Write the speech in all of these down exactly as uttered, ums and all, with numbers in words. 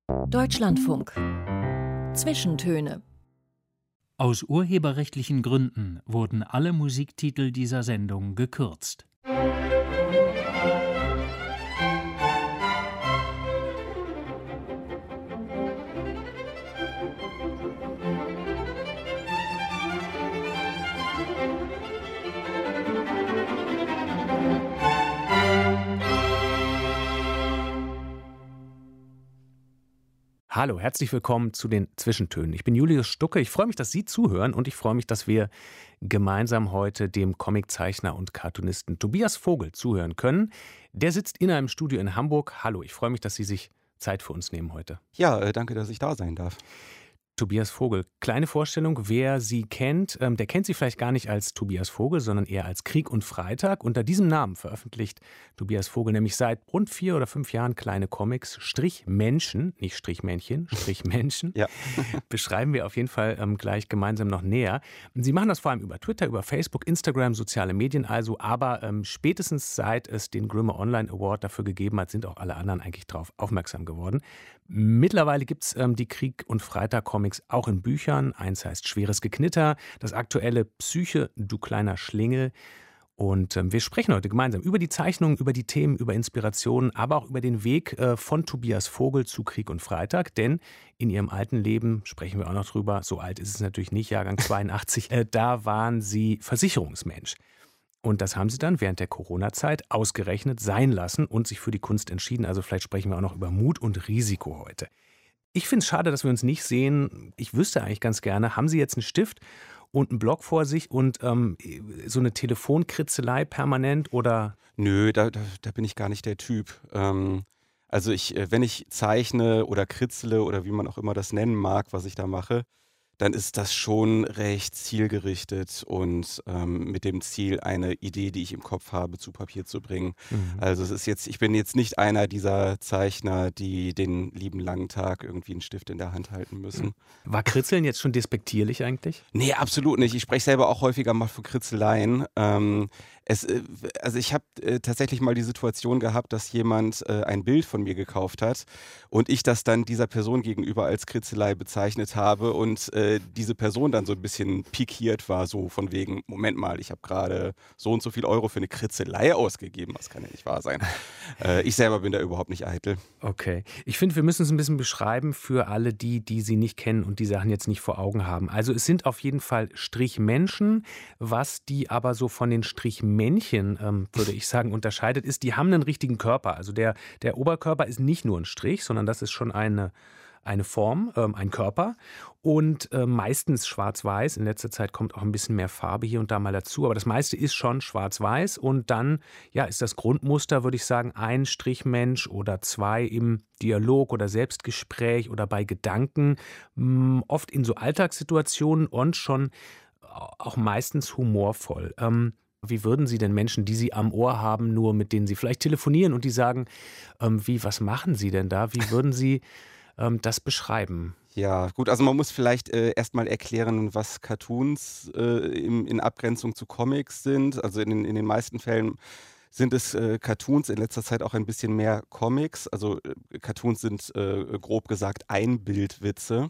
Deutschlandfunk. Zwischentöne. Aus urheberrechtlichen Gründen wurden alle Musiktitel dieser Sendung gekürzt. Hallo, herzlich willkommen zu den Zwischentönen. Ich bin Julius Stucke. Ich freue mich, dass Sie zuhören und ich freue mich, dass wir gemeinsam heute dem Comiczeichner und Cartoonisten Tobias Vogel zuhören können. Der sitzt in einem Studio in Hamburg. Hallo, ich freue mich, dass Sie sich Zeit für uns nehmen heute. Ja, äh, danke, dass ich da sein darf. Tobias Vogel, kleine Vorstellung, wer Sie kennt, ähm, der kennt Sie vielleicht gar nicht als Tobias Vogel, sondern eher als Krieg und Freitag. Unter diesem Namen veröffentlicht Tobias Vogel nämlich seit rund vier oder fünf Jahren kleine Comics, Strichmenschen, nicht Strichmännchen, Strichmenschen. Ja. Beschreiben wir auf jeden Fall ähm, gleich gemeinsam noch näher. Sie machen das vor allem über Twitter, über Facebook, Instagram, soziale Medien also, aber ähm, spätestens seit es den Grimme Online Award dafür gegeben hat, sind auch alle anderen eigentlich darauf aufmerksam geworden. Mittlerweile gibt es ähm, die Krieg und Freitag Comics auch in Büchern. Eins heißt Schweres Geknitter, das aktuelle Psyche, du kleiner Schlingel. Und ähm, wir sprechen heute gemeinsam über die Zeichnungen, über die Themen, über Inspirationen, aber auch über den Weg äh, von Tobias Vogel zu Krieg und Freitag. Denn in ihrem alten Leben, sprechen wir auch noch drüber, so alt ist es natürlich nicht, Jahrgang zweiundachtzig, äh, da waren sie Versicherungsmensch. Und das haben sie dann während der Corona-Zeit ausgerechnet sein lassen und sich für die Kunst entschieden. Also vielleicht sprechen wir auch noch über Mut und Risiko heute. Ich finde es schade, dass wir uns nicht sehen. Ich wüsste eigentlich ganz gerne, haben Sie jetzt einen Stift und einen Block vor sich und ähm, so eine Telefonkritzelei permanent oder? Nö, da, da, da bin ich gar nicht der Typ. Ähm, also ich, wenn ich zeichne oder kritzele oder wie man auch immer das nennen mag, was ich da mache, dann ist das schon recht zielgerichtet und ähm, mit dem Ziel, eine Idee, die ich im Kopf habe, zu Papier zu bringen. Mhm. Also es ist jetzt, ich bin jetzt nicht einer dieser Zeichner, die den lieben langen Tag irgendwie einen Stift in der Hand halten müssen. War Kritzeln jetzt schon despektierlich eigentlich? Nee, absolut nicht. Ich spreche selber auch häufiger mal von Kritzeleien. Ähm, es, äh, also ich habe äh, tatsächlich mal die Situation gehabt, dass jemand äh, ein Bild von mir gekauft hat und ich das dann dieser Person gegenüber als Kritzelei bezeichnet habe und äh, diese Person dann so ein bisschen pikiert war, so von wegen, Moment mal, ich habe gerade so und so viel Euro für eine Kritzelei ausgegeben, das kann ja nicht wahr sein. äh, ich selber bin da überhaupt nicht eitel. Okay, ich finde, wir müssen es ein bisschen beschreiben für alle die, die Sie nicht kennen und die Sachen jetzt nicht vor Augen haben. Also es sind auf jeden Fall Strichmenschen, was die aber so von den Strichmännchen, ähm, würde ich sagen, unterscheidet, ist, die haben einen richtigen Körper. Also der, der Oberkörper ist nicht nur ein Strich, sondern das ist schon eine eine Form, ähm, ein Körper und äh, meistens schwarz-weiß. In letzter Zeit kommt auch ein bisschen mehr Farbe hier und da mal dazu, aber das meiste ist schon schwarz-weiß und dann ja, ist das Grundmuster, würde ich sagen, ein Strichmensch oder zwei im Dialog oder Selbstgespräch oder bei Gedanken, mh, oft in so Alltagssituationen und schon auch meistens humorvoll. Ähm, Wie würden Sie denn Menschen, die Sie am Ohr haben, nur mit denen Sie vielleicht telefonieren und die sagen, ähm, wie, was machen Sie denn da? Wie würden Sie das beschreiben? Ja, gut, also man muss vielleicht äh, erstmal erklären, was Cartoons äh, im, in Abgrenzung zu Comics sind. Also in den, in den meisten Fällen sind es äh, Cartoons, in letzter Zeit auch ein bisschen mehr Comics. Also äh, Cartoons sind äh, grob gesagt Einbildwitze.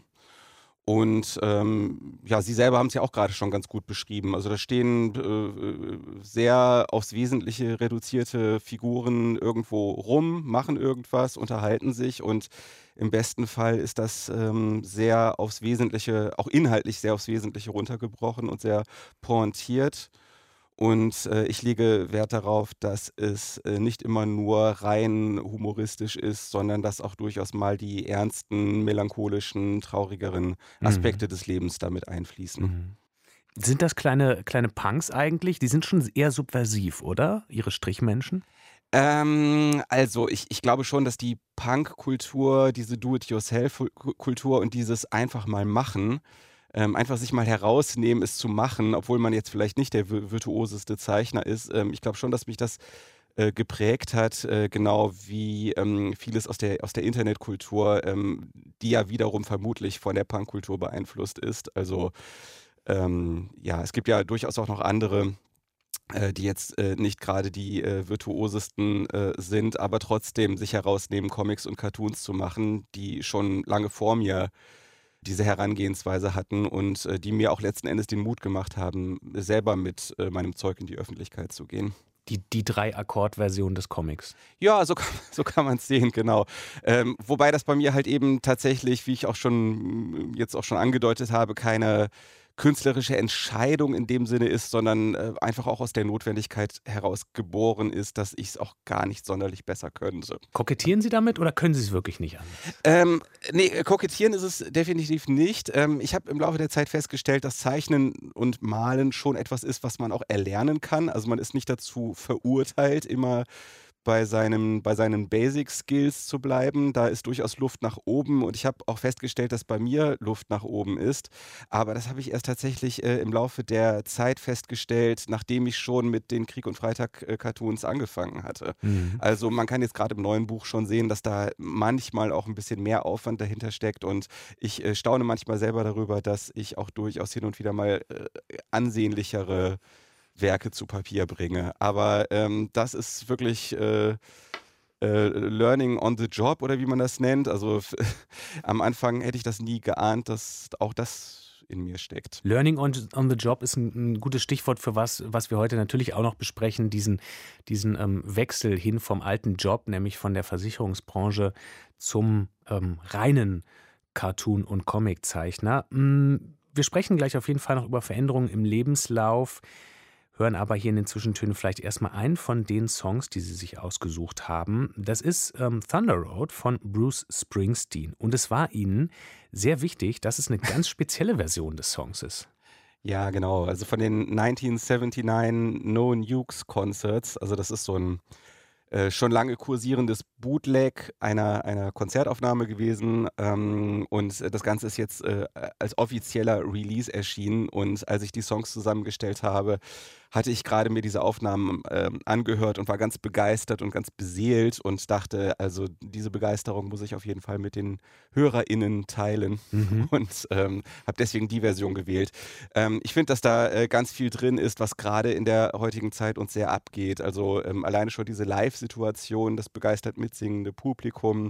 Und ähm, ja, Sie selber haben es ja auch gerade schon ganz gut beschrieben. Also da stehen äh, sehr aufs Wesentliche reduzierte Figuren irgendwo rum, machen irgendwas, unterhalten sich und im besten Fall ist das ähm, sehr aufs Wesentliche, auch inhaltlich sehr aufs Wesentliche runtergebrochen und sehr pointiert. Und äh, ich lege Wert darauf, dass es äh, nicht immer nur rein humoristisch ist, sondern dass auch durchaus mal die ernsten, melancholischen, traurigeren Aspekte mhm. des Lebens damit einfließen. Mhm. Sind das kleine, kleine Punks eigentlich? Die sind schon eher subversiv, oder? Ihre Strichmenschen? Ähm, also ich, ich glaube schon, dass die Punk-Kultur, diese Do-it-yourself-Kultur und dieses einfach mal machen, Ähm, einfach sich mal herausnehmen, es zu machen, obwohl man jetzt vielleicht nicht der virtuoseste Zeichner ist. Ähm, ich glaube schon, dass mich das äh, geprägt hat, äh, genau wie ähm, vieles aus der, aus der Internetkultur, ähm, die ja wiederum vermutlich von der Punkkultur beeinflusst ist. Also ähm, ja, es gibt ja durchaus auch noch andere äh, die jetzt äh, nicht gerade die äh, virtuosesten äh, sind, aber trotzdem sich herausnehmen, Comics und Cartoons zu machen, die schon lange vor mir diese Herangehensweise hatten und äh, die mir auch letzten Endes den Mut gemacht haben, selber mit äh, meinem Zeug in die Öffentlichkeit zu gehen. Die, die Drei-Akkord-Version des Comics. Ja, so kann, so kann man es sehen, genau. Ähm, wobei das bei mir halt eben tatsächlich, wie ich auch schon jetzt auch schon angedeutet habe, keine künstlerische Entscheidung in dem Sinne ist, sondern äh, einfach auch aus der Notwendigkeit heraus geboren ist, dass ich es auch gar nicht sonderlich besser könnte. Kokettieren Sie damit oder können Sie es wirklich nicht an? Ähm, nee, kokettieren ist es definitiv nicht. Ähm, ich habe im Laufe der Zeit festgestellt, dass Zeichnen und Malen schon etwas ist, was man auch erlernen kann. Also man ist nicht dazu verurteilt, immer bei seinem, bei seinen Basic-Skills zu bleiben. Da ist durchaus Luft nach oben und ich habe auch festgestellt, dass bei mir Luft nach oben ist. Aber das habe ich erst tatsächlich äh, im Laufe der Zeit festgestellt, nachdem ich schon mit den Krieg- und Freitag-Cartoons angefangen hatte. Mhm. Also man kann jetzt gerade im neuen Buch schon sehen, dass da manchmal auch ein bisschen mehr Aufwand dahinter steckt und ich äh, staune manchmal selber darüber, dass ich auch durchaus hin und wieder mal äh, ansehnlichere Werke zu Papier bringe. Aber ähm, das ist wirklich äh, äh, Learning on the Job oder wie man das nennt. Also f- am Anfang hätte ich das nie geahnt, dass auch das in mir steckt. Learning on, on the Job ist ein, ein gutes Stichwort für was, was wir heute natürlich auch noch besprechen, diesen, diesen ähm, Wechsel hin vom alten Job, nämlich von der Versicherungsbranche zum ähm, reinen Cartoon- und Comiczeichner. Wir sprechen gleich auf jeden Fall noch über Veränderungen im Lebenslauf, hören aber hier in den Zwischentönen vielleicht erstmal einen von den Songs, die Sie sich ausgesucht haben. Das ist ähm, Thunder Road von Bruce Springsteen. Und es war Ihnen sehr wichtig, dass es eine ganz spezielle Version des Songs ist. Ja, genau. Also von den neunzehnhundertneunundsiebzig No Nukes Concerts. Also das ist so ein äh, schon lange kursierendes Bootleg einer, einer Konzertaufnahme gewesen. Ähm, und das Ganze ist jetzt äh, als offizieller Release erschienen. Und als ich die Songs zusammengestellt habe, hatte ich gerade mir diese Aufnahmen äh, angehört und war ganz begeistert und ganz beseelt und dachte, also diese Begeisterung muss ich auf jeden Fall mit den HörerInnen teilen mhm. und ähm, habe deswegen die Version gewählt. Ähm, ich finde, dass da äh, ganz viel drin ist, was gerade in der heutigen Zeit uns sehr abgeht. Also ähm, alleine schon diese Live-Situation, das begeistert mitsingende Publikum,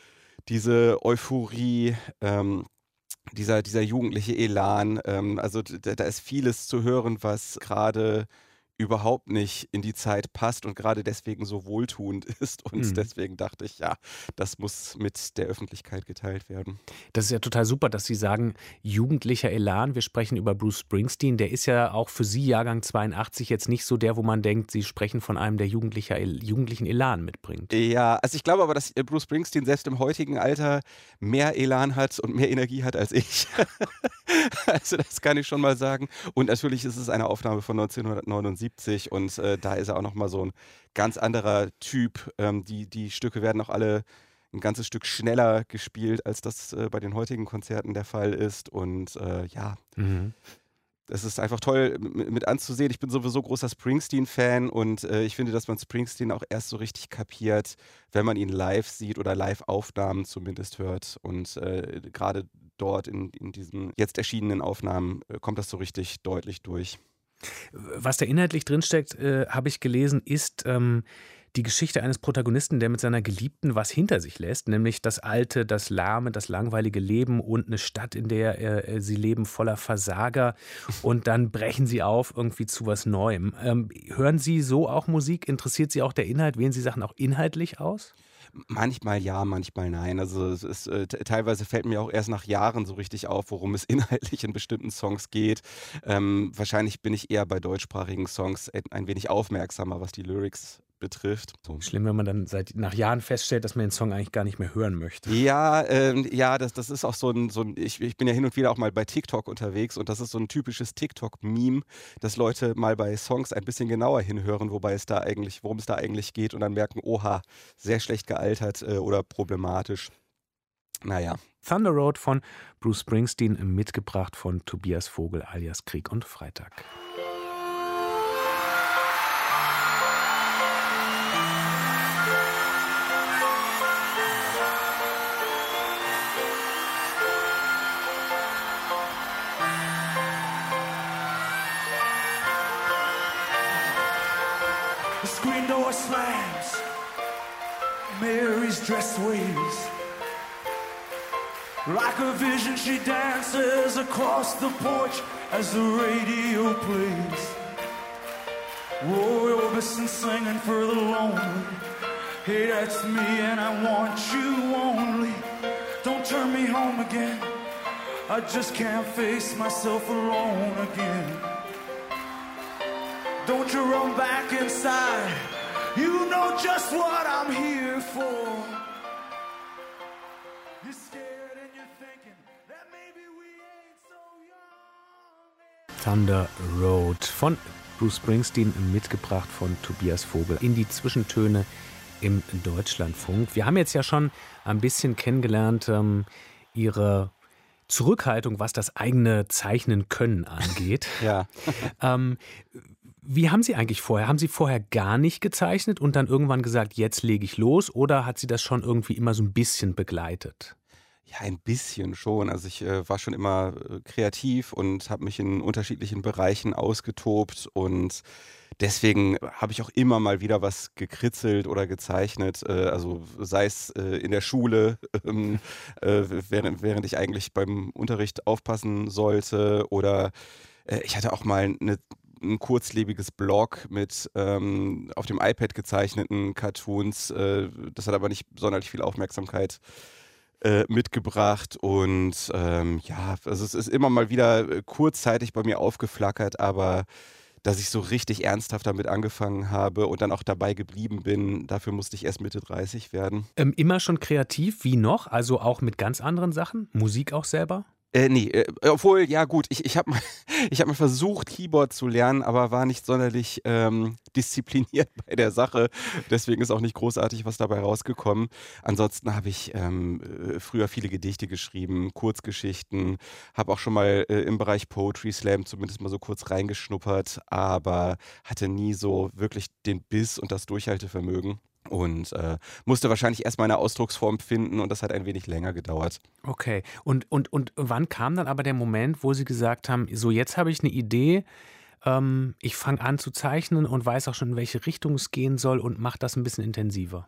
diese Euphorie, ähm, Dieser, dieser jugendliche Elan, ähm, also da, da ist vieles zu hören, was gerade überhaupt nicht in die Zeit passt und gerade deswegen so wohltuend ist. Und mhm. deswegen dachte ich, ja, das muss mit der Öffentlichkeit geteilt werden. Das ist ja total super, dass Sie sagen, jugendlicher Elan. Wir sprechen über Bruce Springsteen. Der ist ja auch für Sie, Jahrgang zweiundachtzig, jetzt nicht so der, wo man denkt, Sie sprechen von einem, der jugendlicher, jugendlichen Elan mitbringt. Ja, also ich glaube aber, dass Bruce Springsteen selbst im heutigen Alter mehr Elan hat und mehr Energie hat als ich. Also das kann ich schon mal sagen. Und natürlich ist es eine Aufnahme von neunzehnhundertneunundsiebzig und äh, da ist er auch nochmal so ein ganz anderer Typ. Ähm, die, die Stücke werden auch alle ein ganzes Stück schneller gespielt, als das äh, bei den heutigen Konzerten der Fall ist. Und äh, ja, mhm. es ist einfach toll mit, mit anzusehen. Ich bin sowieso großer Springsteen-Fan und äh, ich finde, dass man Springsteen auch erst so richtig kapiert, wenn man ihn live sieht oder Live-Aufnahmen zumindest hört. Und äh, gerade dort in, in diesen jetzt erschienenen Aufnahmen äh, kommt das so richtig deutlich durch. Was da inhaltlich drinsteckt, äh, habe ich gelesen, ist ähm, die Geschichte eines Protagonisten, der mit seiner Geliebten was hinter sich lässt, nämlich das alte, das lahme, das langweilige Leben und eine Stadt, in der äh, sie leben, voller Versager und dann brechen sie auf irgendwie zu was Neuem. Ähm, hören Sie so auch Musik? Interessiert Sie auch der Inhalt? Wählen Sie Sachen auch inhaltlich aus? Manchmal ja, manchmal nein. Also es ist, äh, teilweise fällt mir auch erst nach Jahren so richtig auf, worum es inhaltlich in bestimmten Songs geht. Ähm, wahrscheinlich bin ich eher bei deutschsprachigen Songs ein wenig aufmerksamer, was die Lyrics betrifft. So. Schlimm, wenn man dann seit nach Jahren feststellt, dass man den Song eigentlich gar nicht mehr hören möchte. Ja, ähm, ja, das, das ist auch so ein, so ein ich, ich bin ja hin und wieder auch mal bei TikTok unterwegs und das ist so ein typisches TikTok-Meme, dass Leute mal bei Songs ein bisschen genauer hinhören, wobei es da eigentlich, worum es da eigentlich geht und dann merken, oha, sehr schlecht gealtert äh, oder problematisch. Naja. Thunder Road von Bruce Springsteen, mitgebracht von Tobias Vogel alias Krieg und Freitag. screen door slams, Mary's dress waves. Like a vision she dances across the porch as the radio plays. Roy Orbison singing for the lonely. Hey, that's me and I want you only. Don't turn me home again. I just can't face myself alone again. Don't you run back inside. You know just what I'm here for. You're scared and you're thinking that maybe we ain't so young. Thunder Road von Bruce Springsteen, mitgebracht von Tobias Vogel in die Zwischentöne im Deutschlandfunk. Wir haben jetzt ja schon ein bisschen kennengelernt, ähm, Ihre Zurückhaltung, was das eigene Zeichnen können angeht. Ja. ähm, wie haben Sie eigentlich vorher? Haben Sie vorher gar nicht gezeichnet und dann irgendwann gesagt, jetzt lege ich los? Oder hat Sie das schon irgendwie immer so ein bisschen begleitet? Ja, ein bisschen schon. Also ich äh, war schon immer äh, kreativ und habe mich in unterschiedlichen Bereichen ausgetobt und deswegen habe ich auch immer mal wieder was gekritzelt oder gezeichnet, äh, also sei es äh, in der Schule, ähm, äh, während, während ich eigentlich beim Unterricht aufpassen sollte oder äh, ich hatte auch mal eine ein kurzlebiges Blog mit ähm, auf dem iPad gezeichneten Cartoons. Äh, das hat aber nicht sonderlich viel Aufmerksamkeit äh, mitgebracht und ähm, ja, also es ist immer mal wieder kurzzeitig bei mir aufgeflackert, aber dass ich so richtig ernsthaft damit angefangen habe und dann auch dabei geblieben bin, dafür musste ich erst Mitte dreißig werden. Ähm, immer schon kreativ, wie noch? Also auch mit ganz anderen Sachen? Musik auch selber? Äh, nee, äh, obwohl, ja gut, ich, ich habe mal, ich hab mal versucht, Keyboard zu lernen, aber war nicht sonderlich ähm, diszipliniert bei der Sache. Deswegen ist auch nicht großartig was dabei rausgekommen. Ansonsten habe ich ähm, früher viele Gedichte geschrieben, Kurzgeschichten, habe auch schon mal äh, im Bereich Poetry Slam zumindest mal so kurz reingeschnuppert, aber hatte nie so wirklich den Biss und das Durchhaltevermögen. Und äh, musste wahrscheinlich erst mal eine Ausdrucksform finden und das hat ein wenig länger gedauert. Okay. Und, und, und wann kam dann aber der Moment, wo Sie gesagt haben, so jetzt habe ich eine Idee, ähm, ich fange an zu zeichnen und weiß auch schon, in welche Richtung es gehen soll und mache das ein bisschen intensiver?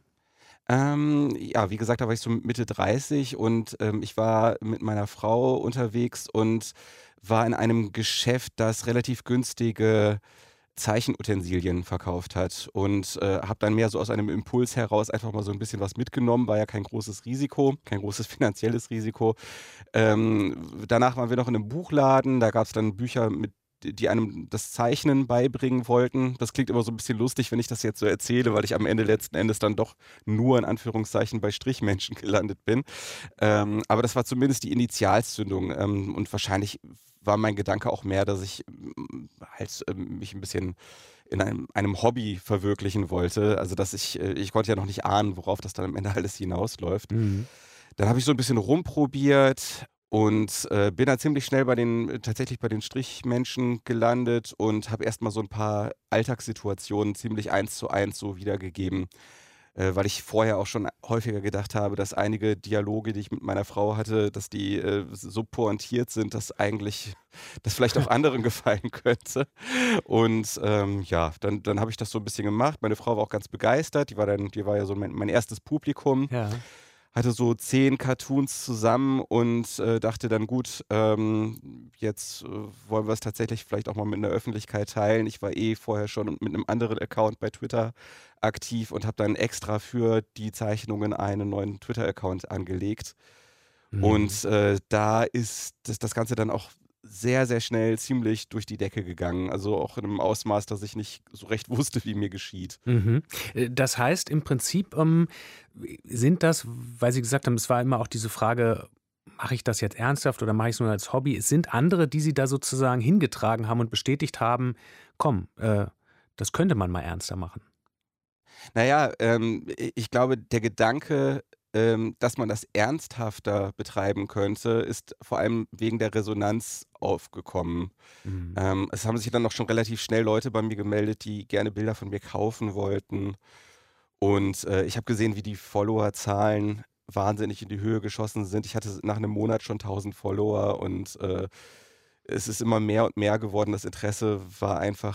Ähm, ja, wie gesagt, da war ich so Mitte dreißig und ähm, ich war mit meiner Frau unterwegs und war in einem Geschäft, das relativ günstige Zeichenutensilien verkauft hat und äh, habe dann mehr so aus einem Impuls heraus einfach mal so ein bisschen was mitgenommen, war ja kein großes Risiko, kein großes finanzielles Risiko. Ähm, danach waren wir noch in einem Buchladen, da gab es dann Bücher, mit, die einem das Zeichnen beibringen wollten. Das klingt immer so ein bisschen lustig, wenn ich das jetzt so erzähle, weil ich am Ende letzten Endes dann doch nur in Anführungszeichen bei Strichmenschen gelandet bin. Ähm, aber das war zumindest die Initialzündung ähm, und wahrscheinlich war mein Gedanke auch mehr, dass ich halt äh, mich ein bisschen in einem, einem Hobby verwirklichen wollte. Also dass ich, äh, ich konnte ja noch nicht ahnen, worauf das dann am Ende alles hinausläuft. Mhm. Dann habe ich so ein bisschen rumprobiert und äh, bin dann ziemlich schnell bei den, tatsächlich bei den Strichmenschen gelandet und habe erstmal so ein paar Alltagssituationen ziemlich eins zu eins so wiedergegeben. Äh, weil ich vorher auch schon häufiger gedacht habe, dass einige Dialoge, die ich mit meiner Frau hatte, dass die äh, so pointiert sind, dass eigentlich das vielleicht auch anderen gefallen könnte. Und ähm, ja, dann, dann habe ich das so ein bisschen gemacht. Meine Frau war auch ganz begeistert. Die war dann, die war ja so mein, mein erstes Publikum. Ja. Hatte so zehn Cartoons zusammen und äh, dachte dann, gut, ähm, jetzt äh, wollen wir es tatsächlich vielleicht auch mal mit einer Öffentlichkeit teilen. Ich war eh vorher schon mit einem anderen Account bei Twitter aktiv und habe dann extra für die Zeichnungen einen neuen Twitter-Account angelegt. Mhm. Und äh, da ist das, das Ganze dann auch sehr, sehr schnell ziemlich durch die Decke gegangen. Also auch in einem Ausmaß, dass ich nicht so recht wusste, wie mir geschieht. Mhm. Das heißt im Prinzip ähm, sind das, weil Sie gesagt haben, es war immer auch diese Frage, mache ich das jetzt ernsthaft oder mache ich es nur als Hobby? Es sind andere, die Sie da sozusagen hingetragen haben und bestätigt haben, komm, äh, das könnte man mal ernster machen. Naja, ähm, ich glaube, der Gedanke, ähm, dass man das ernsthafter betreiben könnte, ist vor allem wegen der Resonanz aufgekommen. Mhm. Ähm, es haben sich dann auch schon relativ schnell Leute bei mir gemeldet, die gerne Bilder von mir kaufen wollten. Und äh, ich habe gesehen, wie die Followerzahlen wahnsinnig in die Höhe geschossen sind. Ich hatte nach einem Monat schon tausend Follower und äh, es ist immer mehr und mehr geworden. Das Interesse war einfach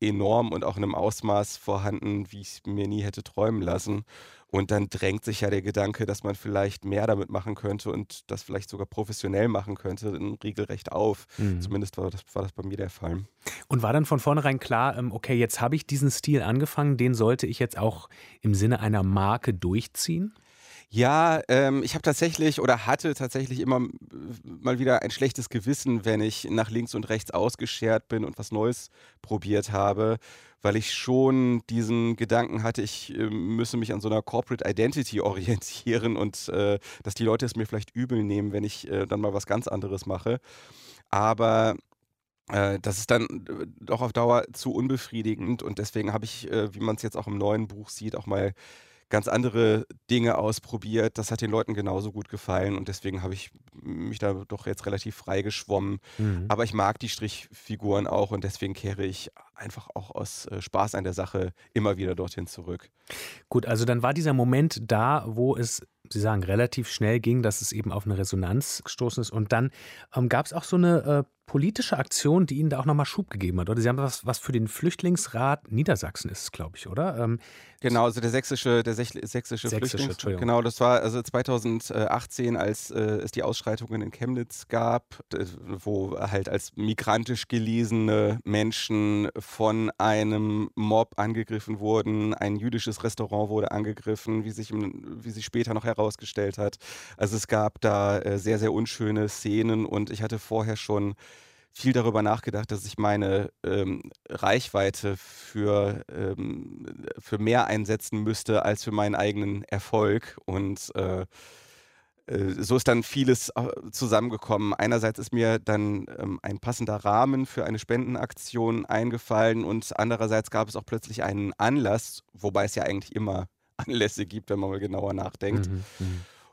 enorm und auch in einem Ausmaß vorhanden, wie ich es mir nie hätte träumen lassen. Und dann drängt sich ja der Gedanke, dass man vielleicht mehr damit machen könnte und das vielleicht sogar professionell machen könnte, regelrecht auf. Mhm. Zumindest war das, war das bei mir der Fall. Und war dann von vornherein klar, okay, jetzt habe ich diesen Stil angefangen, den sollte ich jetzt auch im Sinne einer Marke durchziehen? Ja, ähm, ich habe tatsächlich oder hatte tatsächlich immer mal wieder ein schlechtes Gewissen, wenn ich nach links und rechts ausgeschert bin und was Neues probiert habe, weil ich schon diesen Gedanken hatte, ich äh, müsse mich an so einer Corporate Identity orientieren und äh, dass die Leute es mir vielleicht übel nehmen, wenn ich äh, dann mal was ganz anderes mache. Aber äh, das ist dann äh, doch auf Dauer zu unbefriedigend und deswegen habe ich, äh, wie man es jetzt auch im neuen Buch sieht, auch mal ganz andere Dinge ausprobiert. Das hat den Leuten genauso gut gefallen und deswegen habe ich mich da doch jetzt relativ frei geschwommen. Mhm. Aber ich mag die Strichfiguren auch und deswegen kehre ich einfach auch aus äh, Spaß an der Sache immer wieder dorthin zurück. Gut, also dann war dieser Moment da, wo es, Sie sagen, relativ schnell ging, dass es eben auf eine Resonanz gestoßen ist und dann ähm, gab es auch so eine äh, politische Aktion, die Ihnen da auch nochmal Schub gegeben hat, oder? Sie haben was, was für den Flüchtlingsrat Niedersachsen ist es, glaube ich, oder? Ähm, genau, also der sächsische, der sächsische, sächsische Flüchtlingsrat. Genau, das war also zweitausendachtzehn, als äh, es die Ausschreitungen in Chemnitz gab, wo halt als migrantisch gelesene Menschen von einem Mob angegriffen wurden. Ein jüdisches Restaurant wurde angegriffen, wie sich, wie sich später noch herausgestellt hat. Also es gab da äh, sehr, sehr unschöne Szenen und ich hatte vorher schon viel darüber nachgedacht, dass ich meine ähm, Reichweite für, ähm, für mehr einsetzen müsste als für meinen eigenen Erfolg. Und äh, äh, so ist dann vieles zusammengekommen. Einerseits ist mir dann ähm, ein passender Rahmen für eine Spendenaktion eingefallen und andererseits gab es auch plötzlich einen Anlass, wobei es ja eigentlich immer Anlässe gibt, wenn man mal genauer nachdenkt. Mhm, mh.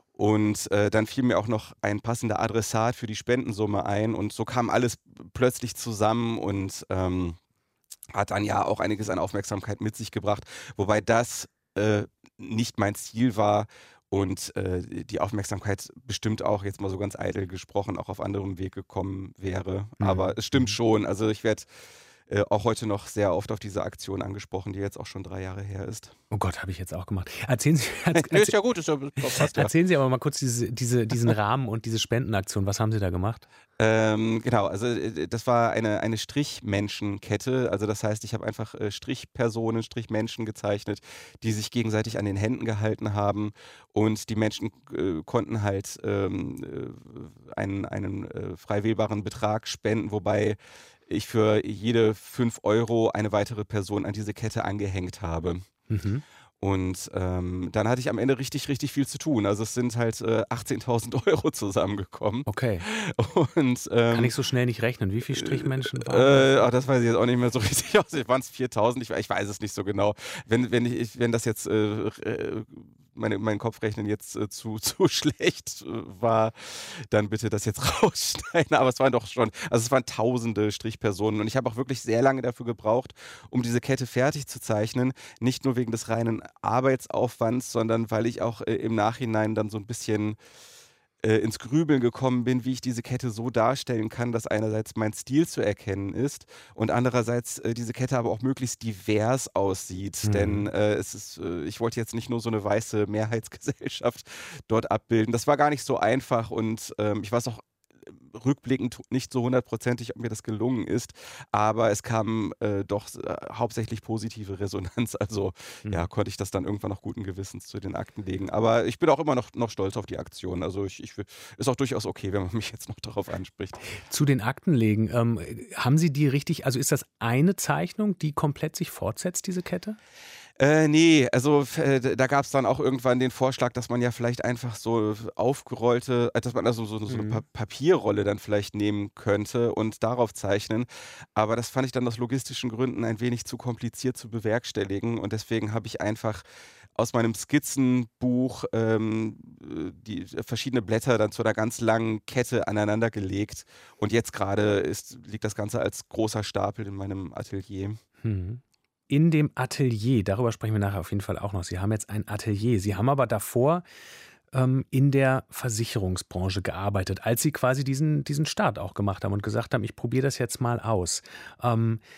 Und äh, dann fiel mir auch noch ein passender Adressat für die Spendensumme ein. Und so kam alles plötzlich zusammen und ähm, hat dann ja auch einiges an Aufmerksamkeit mit sich gebracht. Wobei das äh, nicht mein Ziel war und äh, die Aufmerksamkeit bestimmt auch, jetzt mal so ganz eitel gesprochen, auch auf anderem Weg gekommen wäre. Mhm. Aber es stimmt schon. Also ich werde Äh, auch heute noch sehr oft auf diese Aktion angesprochen, die jetzt auch schon drei Jahre her ist. Oh Gott, habe ich jetzt auch gemacht. Erzählen Sie, erzähl, nee, ist ja gut, ist ja, passt, ja. Erzählen Sie aber mal kurz diese, diese, diesen Rahmen und diese Spendenaktion. Was haben Sie da gemacht? Ähm, genau, also das war eine, eine Strichmenschenkette. Also das heißt, ich habe einfach äh, Strichpersonen, Strichmenschen gezeichnet, die sich gegenseitig an den Händen gehalten haben und die Menschen äh, konnten halt ähm, äh, einen, einen äh, frei wählbaren Betrag spenden, wobei ich für jede fünf Euro eine weitere Person an diese Kette angehängt habe. Mhm. Und ähm, dann hatte ich am Ende richtig, richtig viel zu tun. Also es sind halt äh, achtzehntausend Euro zusammengekommen. Okay. Und, ähm, kann ich so schnell nicht rechnen. Wie viele Strichmenschen waren das? Äh, oh, das weiß ich jetzt auch nicht mehr so richtig aus. Waren es viertausend? Ich, ich weiß es nicht so genau. Wenn, wenn, ich, wenn das jetzt äh, äh, meine, mein Kopfrechnen jetzt äh, zu, zu schlecht äh, war, dann bitte das jetzt rausschneiden. Aber es waren doch schon, also es waren tausende Strichpersonen. Und ich habe auch wirklich sehr lange dafür gebraucht, um diese Kette fertig zu zeichnen. Nicht nur wegen des reinen Arbeitsaufwands, sondern weil ich auch äh, im Nachhinein dann so ein bisschen äh, ins Grübeln gekommen bin, wie ich diese Kette so darstellen kann, dass einerseits mein Stil zu erkennen ist und andererseits äh, diese Kette aber auch möglichst divers aussieht. Mhm. Denn äh, es ist, äh, ich wollte jetzt nicht nur so eine weiße Mehrheitsgesellschaft dort abbilden. Das war gar nicht so einfach und ähm, ich weiß auch rückblickend nicht so hundertprozentig, ob mir das gelungen ist, aber es kam äh, doch äh, hauptsächlich positive Resonanz, also mhm. ja, konnte ich das dann irgendwann noch guten Gewissens zu den Akten legen, aber ich bin auch immer noch, noch stolz auf die Aktion, also ich, ich ist auch durchaus okay, wenn man mich jetzt noch darauf anspricht. Zu den Akten legen, ähm, haben Sie die richtig, also ist das eine Zeichnung, die komplett sich fortsetzt, diese Kette? Äh, nee, also äh, da gab es dann auch irgendwann den Vorschlag, dass man ja vielleicht einfach so aufgerollte, dass man also so, so eine pa- Papierrolle dann vielleicht nehmen könnte und darauf zeichnen. Aber das fand ich dann aus logistischen Gründen ein wenig zu kompliziert zu bewerkstelligen und deswegen habe ich einfach aus meinem Skizzenbuch ähm, die verschiedene Blätter dann zu einer ganz langen Kette aneinander gelegt und jetzt gerade ist, liegt das Ganze als großer Stapel in meinem Atelier. Mhm. In dem Atelier, darüber sprechen wir nachher auf jeden Fall auch noch. Sie haben jetzt ein Atelier. Sie haben aber davor ähm, in der Versicherungsbranche gearbeitet, als Sie quasi diesen, diesen Start auch gemacht haben und gesagt haben, ich probiere das jetzt mal aus. Ähm,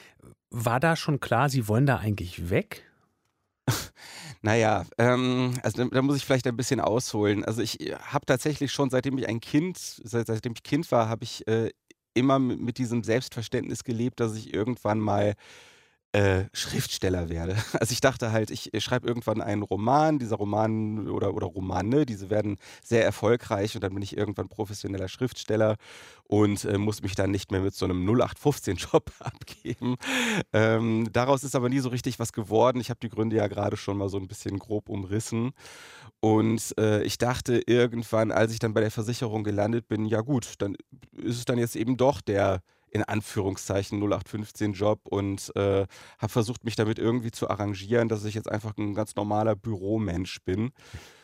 war da schon klar, Sie wollen da eigentlich weg? Naja, ähm, also da, da muss ich vielleicht ein bisschen ausholen. Also ich habe tatsächlich schon, seitdem ich ein Kind, seit, seitdem ich Kind war, habe ich äh, immer mit, mit diesem Selbstverständnis gelebt, dass ich irgendwann mal äh, Schriftsteller werde. Also ich dachte halt, ich, ich schreibe irgendwann einen Roman, dieser Roman oder, oder Romane, diese werden sehr erfolgreich und dann bin ich irgendwann professioneller Schriftsteller und äh, muss mich dann nicht mehr mit so einem null acht fünfzehn Job abgeben. Ähm, daraus ist aber nie so richtig was geworden. Ich habe die Gründe ja gerade schon mal so ein bisschen grob umrissen. Und äh, ich dachte irgendwann, als ich dann bei der Versicherung gelandet bin, ja gut, dann ist es dann jetzt eben doch der in Anführungszeichen null acht fünfzehn Job und äh, habe versucht, mich damit irgendwie zu arrangieren, dass ich jetzt einfach ein ganz normaler Büromensch bin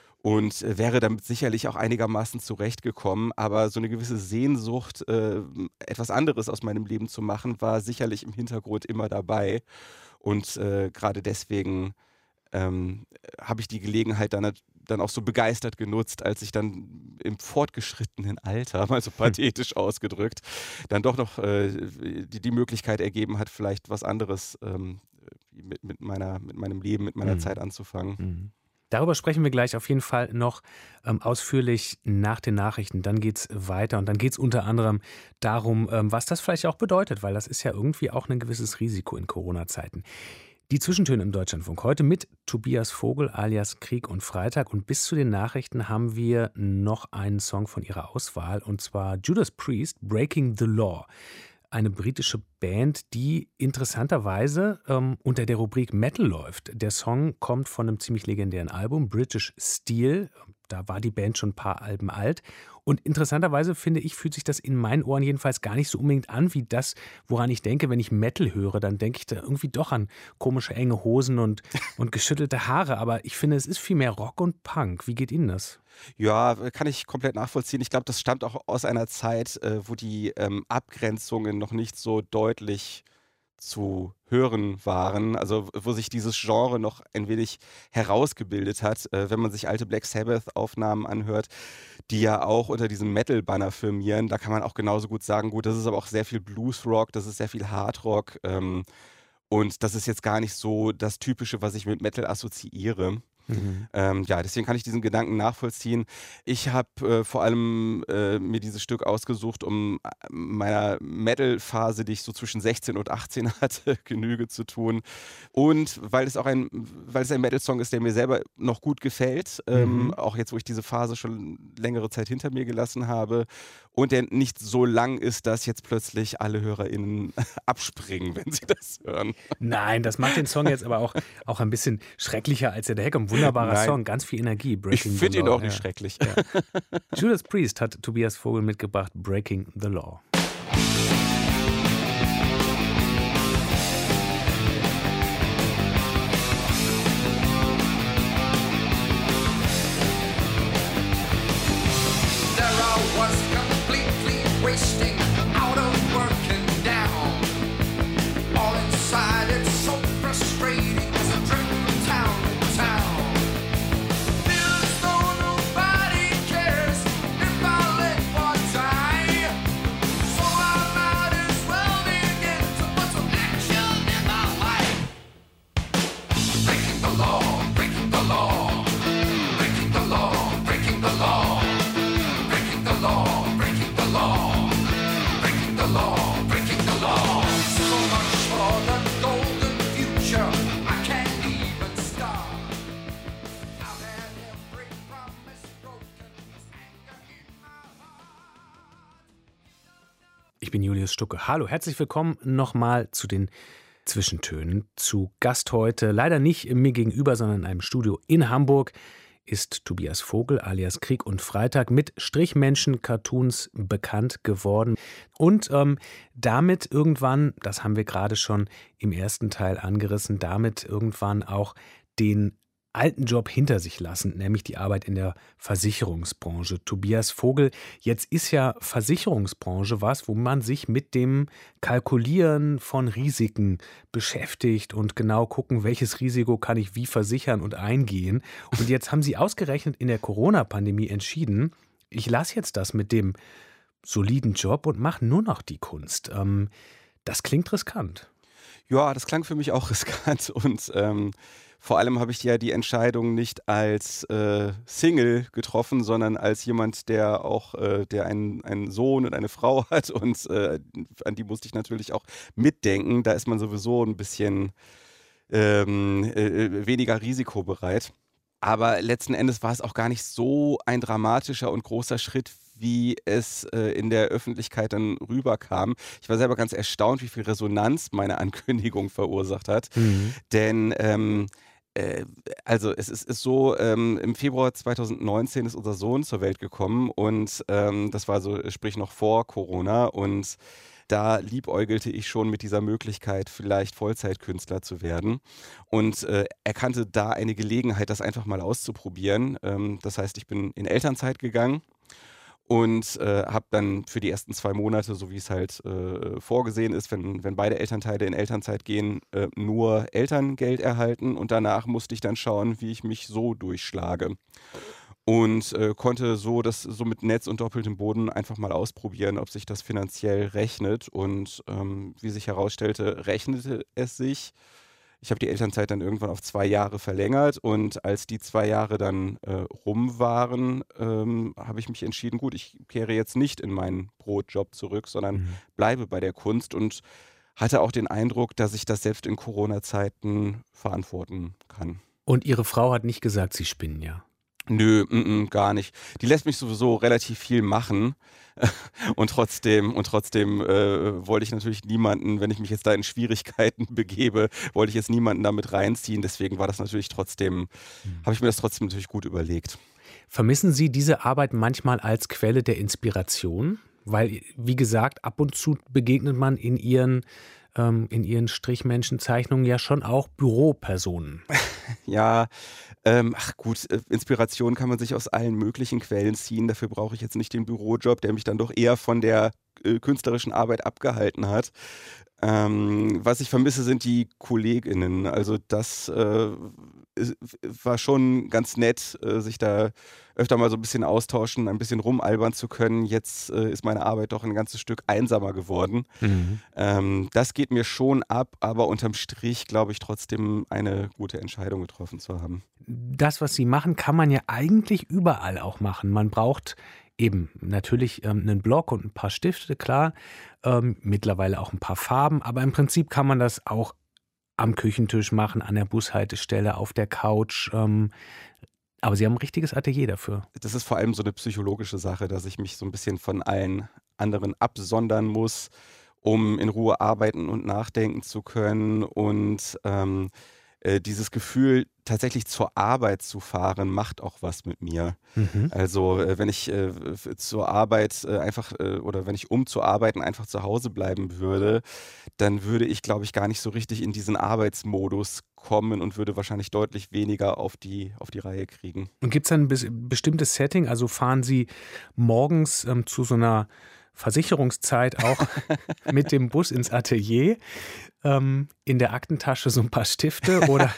und äh, wäre damit sicherlich auch einigermaßen zurechtgekommen, aber so eine gewisse Sehnsucht, äh, etwas anderes aus meinem Leben zu machen, war sicherlich im Hintergrund immer dabei und äh, gerade deswegen ähm, habe ich die Gelegenheit dann, dann auch so begeistert genutzt, als ich dann im fortgeschrittenen Alter, mal so pathetisch ausgedrückt, dann doch noch äh, die, die Möglichkeit ergeben hat, vielleicht was anderes ähm, mit, mit, meiner, mit meinem Leben, mit meiner Mhm. Zeit anzufangen. Mhm. Darüber sprechen wir gleich auf jeden Fall noch ähm, ausführlich nach den Nachrichten. Dann geht es weiter und dann geht es unter anderem darum, ähm, was das vielleicht auch bedeutet, weil das ist ja irgendwie auch ein gewisses Risiko in Corona-Zeiten. Die Zwischentöne im Deutschlandfunk heute mit Tobias Vogel alias Krieg und Freitag. Und bis zu den Nachrichten haben wir noch einen Song von ihrer Auswahl, und zwar Judas Priest, Breaking the Law. Eine britische Band, die interessanterweise ähm, unter der Rubrik Metal läuft. Der Song kommt von einem ziemlich legendären Album, British Steel. Da war die Band schon ein paar Alben alt. Und interessanterweise, finde ich, fühlt sich das in meinen Ohren jedenfalls gar nicht so unbedingt an wie das, woran ich denke, wenn ich Metal höre. Dann denke ich da irgendwie doch an komische, enge Hosen und, und geschüttelte Haare. Aber ich finde, es ist viel mehr Rock und Punk. Wie geht Ihnen das? Ja, kann ich komplett nachvollziehen. Ich glaube, das stammt auch aus einer Zeit, äh, wo die ähm, Abgrenzungen noch nicht so deutlich zu hören waren, also wo sich dieses Genre noch ein wenig herausgebildet hat, äh, wenn man sich alte Black Sabbath-Aufnahmen anhört, die ja auch unter diesem Metal-Banner firmieren, da kann man auch genauso gut sagen, gut, das ist aber auch sehr viel Bluesrock, das ist sehr viel Hardrock ähm, und das ist jetzt gar nicht so das Typische, was ich mit Metal assoziiere. Mhm. Ähm, ja, deswegen kann ich diesen Gedanken nachvollziehen. Ich habe äh, vor allem äh, mir dieses Stück ausgesucht, um äh, meiner Metal-Phase, die ich so zwischen sechzehn und achtzehn hatte, Genüge zu tun. Und weil es auch ein, weil es ein Metal-Song ist, der mir selber noch gut gefällt, ähm, Mhm. auch jetzt, wo ich diese Phase schon längere Zeit hinter mir gelassen habe und der nicht so lang ist, dass jetzt plötzlich alle HörerInnen abspringen, wenn sie das hören. Nein, das macht den Song jetzt aber auch, auch ein bisschen schrecklicher, als er da herkommt. Wunderbarer Nein. Song, ganz viel Energie. Ich Breaking the finde ihn Law, auch nicht ja. schrecklich. Ja. Judas Priest hat Tobias Vogel mitgebracht, Breaking the Law. There I was completely wasting, out of work and down. All inside it's so frustrating as I drift from town to town. Feel as though nobody cares if I live or die. So I might as well begin to put some action in my life. Breaking the law, breaking the law, breaking the law, breaking the law. Breaking the law, breaking the law, breaking the law, breaking the law. So much for the golden future, I can't even start. I've had every promise broken, there's anger in my heart. Ich bin Julius Stucke. Hallo, herzlich willkommen nochmal zu den Zwischentönen. Zu Gast heute, leider nicht mir gegenüber, sondern in einem Studio in Hamburg, ist Tobias Vogel alias Krieg und Freitag mit Strichmenschen-Cartoons bekannt geworden. Und ähm, damit irgendwann, das haben wir gerade schon im ersten Teil angerissen, damit irgendwann auch den alten Job hinter sich lassen, nämlich die Arbeit in der Versicherungsbranche. Tobias Vogel, jetzt ist ja Versicherungsbranche was, wo man sich mit dem Kalkulieren von Risiken beschäftigt und genau gucken, welches Risiko kann ich wie versichern und eingehen. Und jetzt haben Sie ausgerechnet in der Corona-Pandemie entschieden, ich lasse jetzt das mit dem soliden Job und mache nur noch die Kunst. Ähm, das klingt riskant. Ja, das klang für mich auch riskant und ähm, vor allem habe ich ja die Entscheidung nicht als äh, Single getroffen, sondern als jemand, der auch, äh, der einen, einen Sohn und eine Frau hat und äh, an die musste ich natürlich auch mitdenken. Da ist man sowieso ein bisschen ähm, äh, weniger risikobereit. Aber letzten Endes war es auch gar nicht so ein dramatischer und großer Schritt, wie es äh, in der Öffentlichkeit dann rüberkam. Ich war selber ganz erstaunt, wie viel Resonanz meine Ankündigung verursacht hat. Mhm. Denn ähm, äh, also es ist, ist so, ähm, im Februar zwanzig neunzehn ist unser Sohn zur Welt gekommen und ähm, das war so, sprich noch vor Corona und da liebäugelte ich schon mit dieser Möglichkeit, vielleicht Vollzeitkünstler zu werden und äh, erkannte da eine Gelegenheit, das einfach mal auszuprobieren. Ähm, das heißt, ich bin in Elternzeit gegangen und äh, habe dann für die ersten zwei Monate, so wie es halt äh, vorgesehen ist, wenn, wenn beide Elternteile in Elternzeit gehen, äh, nur Elterngeld erhalten und danach musste ich dann schauen, wie ich mich so durchschlage. Und äh, konnte so das so mit Netz und doppeltem Boden einfach mal ausprobieren, ob sich das finanziell rechnet. Und ähm, wie sich herausstellte, rechnete es sich. Ich habe die Elternzeit dann irgendwann auf zwei Jahre verlängert und als die zwei Jahre dann äh, rum waren, ähm, habe ich mich entschieden, gut, ich kehre jetzt nicht in meinen Brotjob zurück, sondern Mhm. bleibe bei der Kunst und hatte auch den Eindruck, dass ich das selbst in Corona-Zeiten verantworten kann. Und Ihre Frau hat nicht gesagt, Sie spinnen ja. Nö, mm, mm, gar nicht. Die lässt mich sowieso relativ viel machen und trotzdem, und trotzdem äh, wollte ich natürlich niemanden, wenn ich mich jetzt da in Schwierigkeiten begebe, wollte ich jetzt niemanden damit reinziehen. Deswegen war das natürlich trotzdem, habe ich mir das trotzdem natürlich gut überlegt. Vermissen Sie diese Arbeit manchmal als Quelle der Inspiration? Weil, wie gesagt, ab und zu begegnet man in Ihren, ähm, in Ihren Strichmenschenzeichnungen ja schon auch Büropersonen. Ja, ähm, ach gut, äh, Inspiration kann man sich aus allen möglichen Quellen ziehen. Dafür brauche ich jetzt nicht den Bürojob, der mich dann doch eher von der äh, künstlerischen Arbeit abgehalten hat. Ähm, was ich vermisse, sind die KollegInnen. Also das äh, ist, war schon ganz nett, äh, sich da öfter mal so ein bisschen austauschen, ein bisschen rumalbern zu können. Jetzt äh, ist meine Arbeit doch ein ganzes Stück einsamer geworden. Mhm. Ähm, das geht mir schon ab, aber unterm Strich glaube ich trotzdem eine gute Entscheidung getroffen zu haben. Das, was Sie machen, kann man ja eigentlich überall auch machen. Man braucht eben natürlich ähm, einen Block und ein paar Stifte, klar, ähm, mittlerweile auch ein paar Farben, aber im Prinzip kann man das auch am Küchentisch machen, an der Bushaltestelle, auf der Couch. Ähm, aber Sie haben ein richtiges Atelier dafür. Das ist vor allem so eine psychologische Sache, dass ich mich so ein bisschen von allen anderen absondern muss, um in Ruhe arbeiten und nachdenken zu können und ähm, äh, dieses Gefühl, tatsächlich zur Arbeit zu fahren, macht auch was mit mir. Mhm. Also äh, wenn ich äh, f- zur Arbeit äh, einfach äh, oder wenn ich um zu arbeiten einfach zu Hause bleiben würde, dann würde ich, glaube ich, gar nicht so richtig in diesen Arbeitsmodus kommen und würde wahrscheinlich deutlich weniger auf die, auf die Reihe kriegen. Und gibt es ein bes- bestimmtes Setting? Also fahren Sie morgens ähm, zu so einer Versicherungszeit auch mit dem Bus ins Atelier, ähm, in der Aktentasche so ein paar Stifte oder?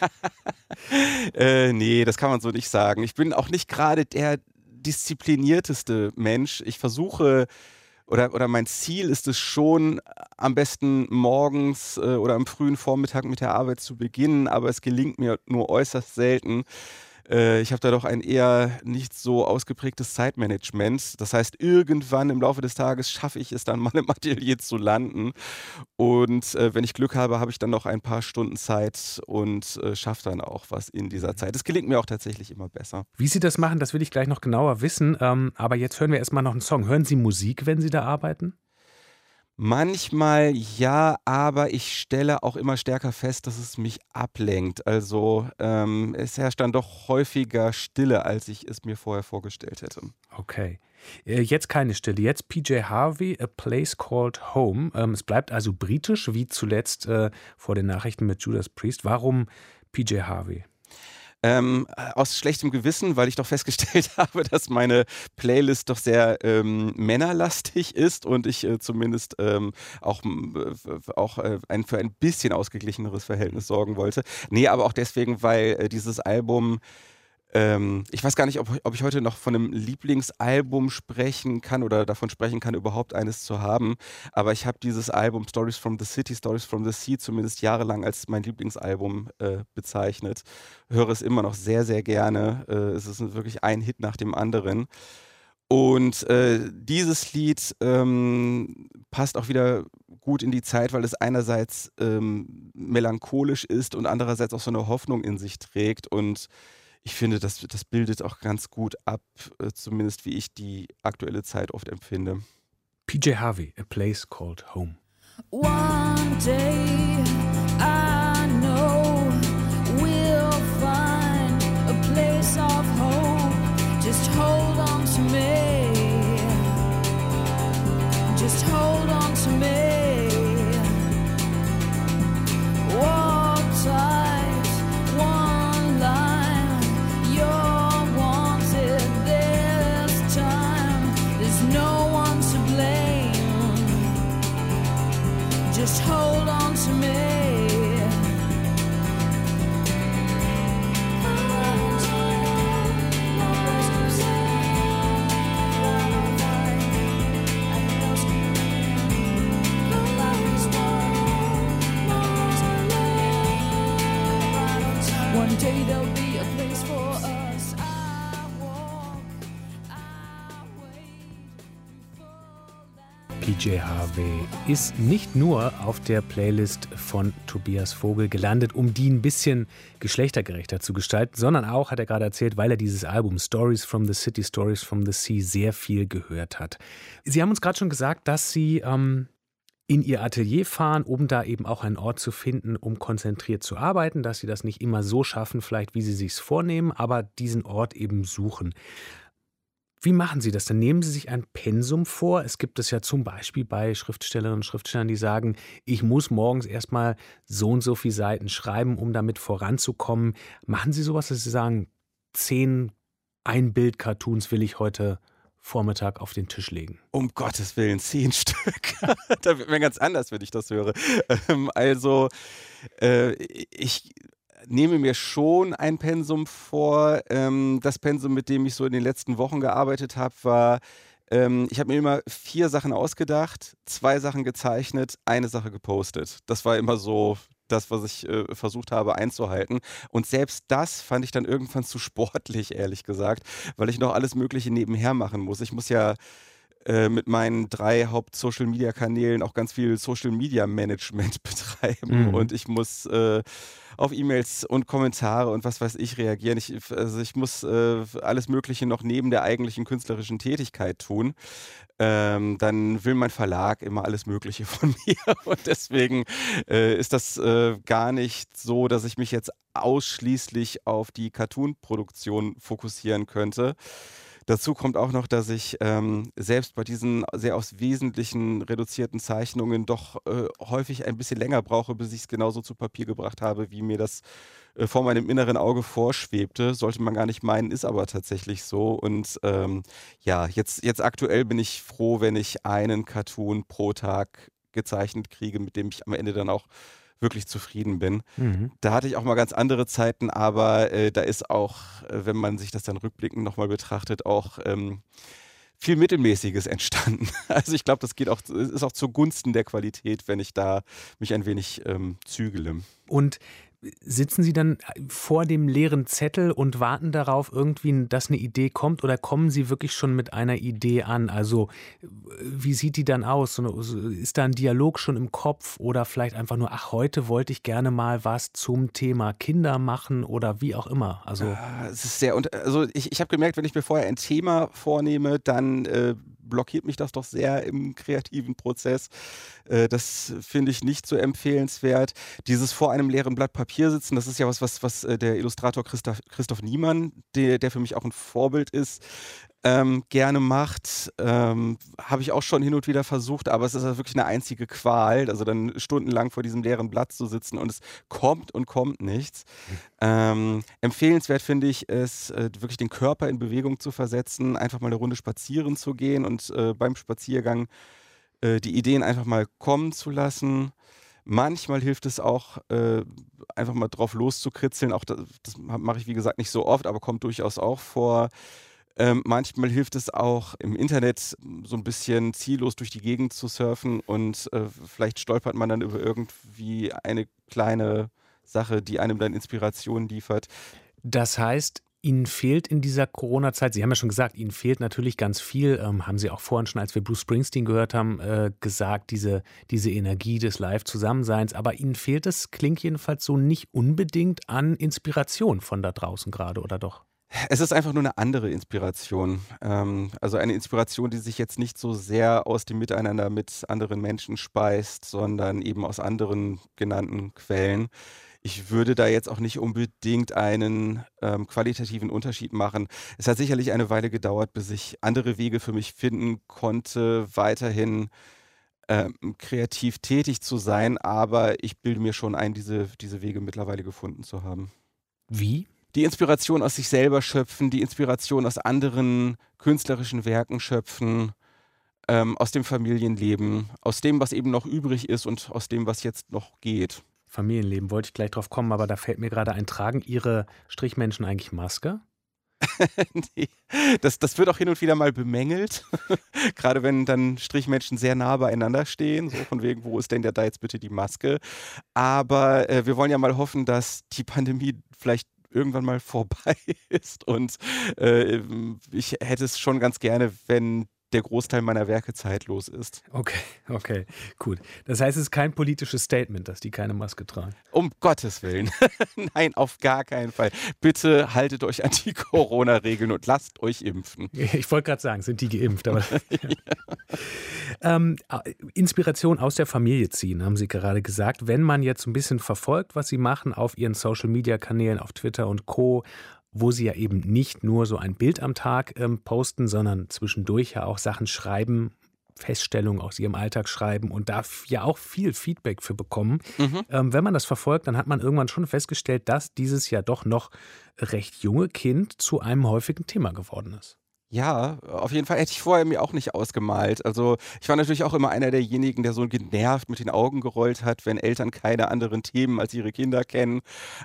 Äh, nee, das kann man so nicht sagen. Ich bin auch nicht gerade der disziplinierteste Mensch. Ich versuche oder, oder mein Ziel ist es schon, am besten morgens äh, oder am frühen Vormittag mit der Arbeit zu beginnen, aber es gelingt mir nur äußerst selten. Äh, ich habe da doch ein eher nicht so ausgeprägtes Zeitmanagement. Das heißt, irgendwann im Laufe des Tages schaffe ich es dann mal im Atelier zu landen. Und äh, wenn ich Glück habe, habe ich dann noch ein paar Stunden Zeit und äh, schaffe dann auch was in dieser Zeit. Es gelingt mir auch tatsächlich immer besser. Wie Sie das machen, das will ich gleich noch genauer wissen. Ähm, aber jetzt hören wir erstmal noch einen Song. Hören Sie Musik, wenn Sie da arbeiten? Manchmal ja, aber ich stelle auch immer stärker fest, dass es mich ablenkt. Also ähm, es herrscht dann doch häufiger Stille, als ich es mir vorher vorgestellt hätte. Okay. Äh, Jetzt keine Stille. Jetzt P J Harvey, A Place Called Home. Ähm, es bleibt also britisch, wie zuletzt äh, vor den Nachrichten mit Judas Priest. Warum P J Harvey? Ähm, aus schlechtem Gewissen, weil ich doch festgestellt habe, dass meine Playlist doch sehr ähm, männerlastig ist und ich äh, zumindest ähm, auch, äh, auch äh, ein, für ein bisschen ausgeglicheneres Verhältnis sorgen wollte. Nee, aber auch deswegen, weil äh, dieses Album Ähm, ich weiß gar nicht, ob, ob ich heute noch von einem Lieblingsalbum sprechen kann oder davon sprechen kann, überhaupt eines zu haben. Aber ich habe dieses Album Stories from the City, Stories from the Sea zumindest jahrelang als mein Lieblingsalbum äh, bezeichnet. Höre es immer noch sehr, sehr gerne. Äh, es ist wirklich ein Hit nach dem anderen. Und äh, dieses Lied ähm, passt auch wieder gut in die Zeit, weil es einerseits ähm, melancholisch ist und andererseits auch so eine Hoffnung in sich trägt. Und ich finde, das, das bildet auch ganz gut ab, äh, zumindest wie ich die aktuelle Zeit oft empfinde. P J Harvey, A Place Called Home. One day I know we'll find a place of hope. Just hold on to me. Just hold on to me. Walk tight, one line. You're wanted this time. There's no one to blame. Just hold on to me. One day there'll be a place for us. I walk, I wait. P J Harvey ist nicht nur auf der Playlist von Tobias Vogel gelandet, um die ein bisschen geschlechtergerechter zu gestalten, sondern auch, hat er gerade erzählt, weil er dieses Album Stories from the City, Stories from the Sea sehr viel gehört hat. Sie haben uns gerade schon gesagt, dass Sie ähm, in Ihr Atelier fahren, um da eben auch einen Ort zu finden, um konzentriert zu arbeiten, dass Sie das nicht immer so schaffen, vielleicht wie Sie sich's vornehmen, aber diesen Ort eben suchen. Wie machen Sie das? Dann nehmen Sie sich ein Pensum vor. Es gibt es ja zum Beispiel bei Schriftstellerinnen und Schriftstellern, die sagen, ich muss morgens erstmal so und so viele Seiten schreiben, um damit voranzukommen. Machen Sie sowas, dass Sie sagen, zehn Ein-Bild-Cartoons will ich heute Vormittag auf den Tisch legen? Um Gottes Willen, zehn Stück. Da wird mir ganz anders, wenn ich das höre. Ähm, also, äh, ich nehme mir schon ein Pensum vor. Ähm, das Pensum, mit dem ich so in den letzten Wochen gearbeitet habe, war, ähm, ich habe mir immer vier Sachen ausgedacht, zwei Sachen gezeichnet, eine Sache gepostet. Das war immer so das, was ich äh, versucht habe einzuhalten. Und selbst das fand ich dann irgendwann zu sportlich, ehrlich gesagt, weil ich noch alles Mögliche nebenher machen muss. Ich muss ja äh, mit meinen drei Haupt-Social-Media-Kanälen auch ganz viel Social-Media-Management betreiben. Mhm. Und ich muss äh, auf E-Mails und Kommentare und was weiß ich reagieren. Ich, also ich muss äh, alles Mögliche noch neben der eigentlichen künstlerischen Tätigkeit tun. Ähm, dann will mein Verlag immer alles Mögliche von mir. Und deswegen äh, ist das äh, gar nicht so, dass ich mich jetzt ausschließlich auf die Cartoon-Produktion fokussieren könnte. Dazu kommt auch noch, dass ich ähm, selbst bei diesen sehr aufs Wesentlichen reduzierten Zeichnungen doch äh, häufig ein bisschen länger brauche, bis ich es genauso zu Papier gebracht habe, wie mir das äh, vor meinem inneren Auge vorschwebte. Sollte man gar nicht meinen, ist aber tatsächlich so. Und ähm, ja, jetzt, jetzt aktuell bin ich froh, wenn ich einen Cartoon pro Tag gezeichnet kriege, mit dem ich am Ende dann auch wirklich zufrieden bin. Mhm. Da hatte ich auch mal ganz andere Zeiten, aber äh, da ist auch, äh, wenn man sich das dann rückblickend nochmal betrachtet, auch ähm, viel Mittelmäßiges entstanden. Also ich glaube, das geht auch, ist auch zugunsten der Qualität, wenn ich da mich ein wenig ähm, zügele. Und sitzen Sie dann vor dem leeren Zettel und warten darauf, irgendwie, dass eine Idee kommt, oder kommen Sie wirklich schon mit einer Idee an? Also wie sieht die dann aus? Ist da ein Dialog schon im Kopf oder vielleicht einfach nur, ach, heute wollte ich gerne mal was zum Thema Kinder machen oder wie auch immer? Also Ah, es ist sehr, und also ich, ich habe gemerkt, wenn ich mir vorher ein Thema vornehme, dann äh, blockiert mich das doch sehr im kreativen Prozess. Äh, das finde ich nicht so empfehlenswert. Dieses vor einem leeren Blatt Papier sitzen, das ist ja was, was, was äh, der Illustrator Christoph, Christoph Niemann, der, der für mich auch ein Vorbild ist, ähm, gerne macht. Ähm, habe ich auch schon hin und wieder versucht, aber es ist halt wirklich eine einzige Qual, also dann stundenlang vor diesem leeren Blatt zu sitzen und es kommt und kommt nichts. Ähm, empfehlenswert finde ich es, äh, wirklich den Körper in Bewegung zu versetzen, einfach mal eine Runde spazieren zu gehen und äh, beim Spaziergang äh, die Ideen einfach mal kommen zu lassen. Manchmal hilft es auch, äh, einfach mal drauf loszukritzeln. Auch das, das mache ich, wie gesagt, nicht so oft, aber kommt durchaus auch vor. Ähm, manchmal hilft es auch, im Internet so ein bisschen ziellos durch die Gegend zu surfen und äh, vielleicht stolpert man dann über irgendwie eine kleine Sache, die einem dann Inspiration liefert. Das heißt, Ihnen fehlt in dieser Corona-Zeit, Sie haben ja schon gesagt, Ihnen fehlt natürlich ganz viel, ähm, haben Sie auch vorhin schon, als wir Bruce Springsteen gehört haben, äh, gesagt, diese, diese Energie des Live-Zusammenseins. Aber Ihnen fehlt es, klingt jedenfalls so, nicht unbedingt an Inspiration von da draußen gerade, oder doch? Es ist einfach nur eine andere Inspiration. Ähm, also eine Inspiration, die sich jetzt nicht so sehr aus dem Miteinander mit anderen Menschen speist, sondern eben aus anderen genannten Quellen. Ich würde da jetzt auch nicht unbedingt einen ähm, qualitativen Unterschied machen. Es hat sicherlich eine Weile gedauert, bis ich andere Wege für mich finden konnte, weiterhin ähm, kreativ tätig zu sein, aber ich bilde mir schon ein, diese, diese Wege mittlerweile gefunden zu haben. Wie? Die Inspiration aus sich selber schöpfen, die Inspiration aus anderen künstlerischen Werken schöpfen, ähm, aus dem Familienleben, aus dem, was eben noch übrig ist und aus dem, was jetzt noch geht. Familienleben wollte ich gleich drauf kommen, aber da fällt mir gerade ein, tragen Ihre Strichmenschen eigentlich Maske? Nee, das, das wird auch hin und wieder mal bemängelt, gerade wenn dann Strichmenschen sehr nah beieinander stehen, so von wegen, wo ist denn da jetzt bitte die Maske? Aber äh, wir wollen ja mal hoffen, dass die Pandemie vielleicht irgendwann mal vorbei ist und äh, ich hätte es schon ganz gerne, wenn der Großteil meiner Werke zeitlos ist. Okay, okay, gut. Das heißt, es ist kein politisches Statement, dass die keine Maske tragen. Um Gottes Willen. Nein, auf gar keinen Fall. Bitte haltet euch an die Corona-Regeln und lasst euch impfen. Ich wollte gerade sagen, sind die geimpft? Aber ja. ähm, Inspiration aus der Familie ziehen, haben Sie gerade gesagt. Wenn man jetzt ein bisschen verfolgt, was Sie machen auf Ihren Social-Media-Kanälen, auf Twitter und Co., wo Sie ja eben nicht nur so ein Bild am Tag ähm, posten, sondern zwischendurch ja auch Sachen schreiben, Feststellungen aus Ihrem Alltag schreiben und da ja auch viel Feedback für bekommen. Mhm. Ähm, wenn man das verfolgt, dann hat man irgendwann schon festgestellt, dass dieses ja doch noch recht junge Kind zu einem häufigen Thema geworden ist. Ja, auf jeden Fall hätte ich vorher mir auch nicht ausgemalt. Also ich war natürlich auch immer einer derjenigen, der so genervt mit den Augen gerollt hat, wenn Eltern keine anderen Themen als ihre Kinder kennen.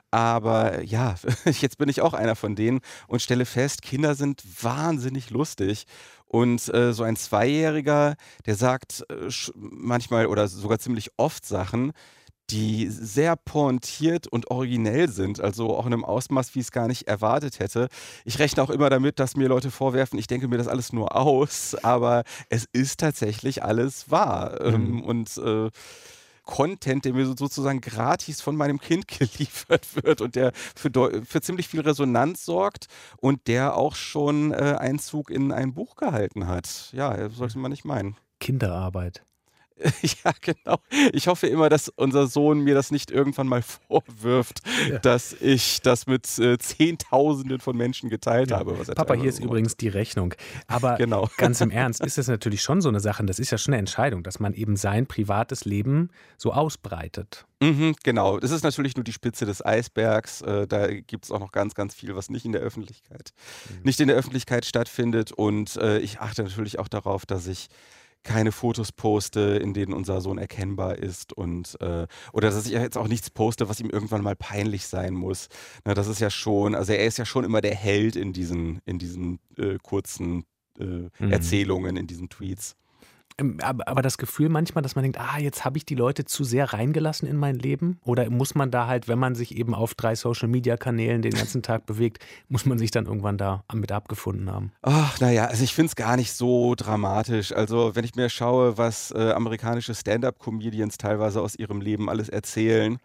Aber ja, jetzt bin ich auch einer von denen und stelle fest, Kinder sind wahnsinnig lustig. Und äh, so ein Zweijähriger, der sagt äh, manchmal oder sogar ziemlich oft Sachen, die sehr pointiert und originell sind, also auch in einem Ausmaß, wie ich es gar nicht erwartet hätte. Ich rechne auch immer damit, dass mir Leute vorwerfen, ich denke mir das alles nur aus, aber es ist tatsächlich alles wahr. Mhm. Ähm, und äh, Content, der mir sozusagen gratis von meinem Kind geliefert wird und der für, für ziemlich viel Resonanz sorgt und der auch schon äh, Einzug in ein Buch gehalten hat. Ja, sollte man nicht meinen. Kinderarbeit. Ja, genau. Ich hoffe immer, dass unser Sohn mir das nicht irgendwann mal vorwirft, ja. dass ich das mit äh, Zehntausenden von Menschen geteilt ja. habe. Was er Papa, hier ist so übrigens die Rechnung. Aber genau. Ganz im Ernst ist das natürlich schon so eine Sache, das ist ja schon eine Entscheidung, dass man eben sein privates Leben so ausbreitet. Mhm, genau. Das ist natürlich nur die Spitze des Eisbergs. Äh, da gibt es auch noch ganz, ganz viel, was nicht in der Öffentlichkeit, mhm. nicht in der Öffentlichkeit stattfindet. Und äh, ich achte natürlich auch darauf, dass ich keine Fotos poste, in denen unser Sohn erkennbar ist und äh, oder dass ich jetzt auch nichts poste, was ihm irgendwann mal peinlich sein muss. Na, das ist ja schon, also er ist ja schon immer der Held in diesen, in diesen äh, kurzen äh, mhm. Erzählungen, in diesen Tweets. Aber, aber das Gefühl manchmal, dass man denkt, ah, jetzt habe ich die Leute zu sehr reingelassen in mein Leben? Oder muss man da halt, wenn man sich eben auf drei Social-Media-Kanälen den ganzen Tag bewegt, muss man sich dann irgendwann da mit abgefunden haben? Ach, naja, also ich finde es gar nicht so dramatisch. Also wenn ich mir schaue, was äh, amerikanische Stand-up-Comedians teilweise aus ihrem Leben alles erzählen,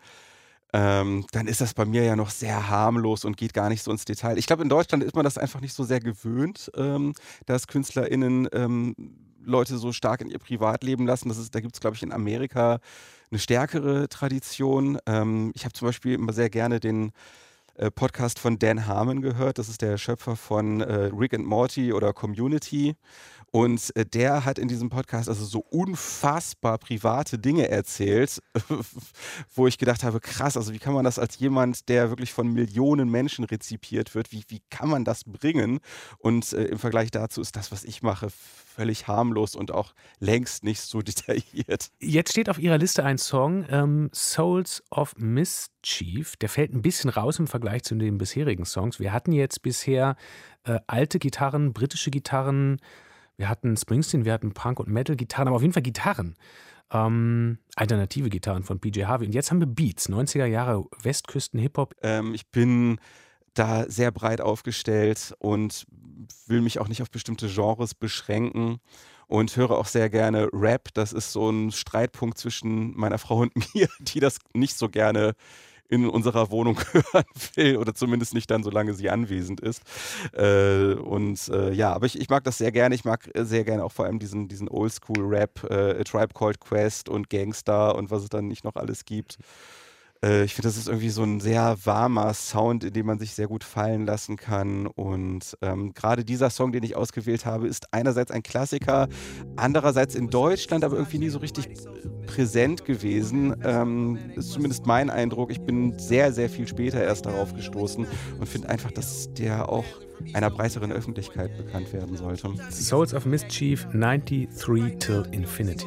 Ähm, dann ist das bei mir ja noch sehr harmlos und geht gar nicht so ins Detail. Ich glaube, in Deutschland ist man das einfach nicht so sehr gewöhnt, ähm, dass KünstlerInnen ähm, Leute so stark in ihr Privatleben lassen. Das ist, da gibt es, glaube ich, in Amerika eine stärkere Tradition. Ähm, ich habe zum Beispiel immer sehr gerne den äh, Podcast von Dan Harmon gehört. Das ist der Schöpfer von äh, Rick and Morty oder Community. Und äh, der hat in diesem Podcast also so unfassbar private Dinge erzählt, wo ich gedacht habe, krass, also wie kann man das als jemand, der wirklich von Millionen Menschen rezipiert wird, wie, wie kann man das bringen? Und äh, im Vergleich dazu ist das, was ich mache, völlig harmlos und auch längst nicht so detailliert. Jetzt steht auf Ihrer Liste ein Song, ähm, Souls of Mischief. Der fällt ein bisschen raus im Vergleich zu den bisherigen Songs. Wir hatten jetzt bisher äh, alte Gitarren, britische Gitarren, wir hatten Springsteen, wir hatten Punk- und Metal-Gitarren, aber auf jeden Fall Gitarren. Ähm, alternative Gitarren von P J Harvey. Und jetzt haben wir Beats, neunziger Jahre Westküsten-Hip-Hop. Ähm, ich bin da sehr breit aufgestellt und will mich auch nicht auf bestimmte Genres beschränken und höre auch sehr gerne Rap. Das ist so ein Streitpunkt zwischen meiner Frau und mir, die das nicht so gerne in unserer Wohnung hören will oder zumindest nicht dann, solange sie anwesend ist. Äh, und äh, ja, aber ich, ich mag das sehr gerne. Ich mag sehr gerne auch vor allem diesen, diesen Oldschool-Rap, äh, A Tribe Called Quest und Gangsta und was es dann nicht noch alles gibt. Ich finde, das ist irgendwie so ein sehr warmer Sound, in dem man sich sehr gut fallen lassen kann. Und ähm, gerade dieser Song, den ich ausgewählt habe, ist einerseits ein Klassiker, andererseits in Deutschland aber irgendwie nie so richtig präsent gewesen. Ähm, ist zumindest mein Eindruck. Ich bin sehr, sehr viel später erst darauf gestoßen und finde einfach, dass der auch einer breiteren Öffentlichkeit bekannt werden sollte. Souls of Mischief, ninety-three till Infinity.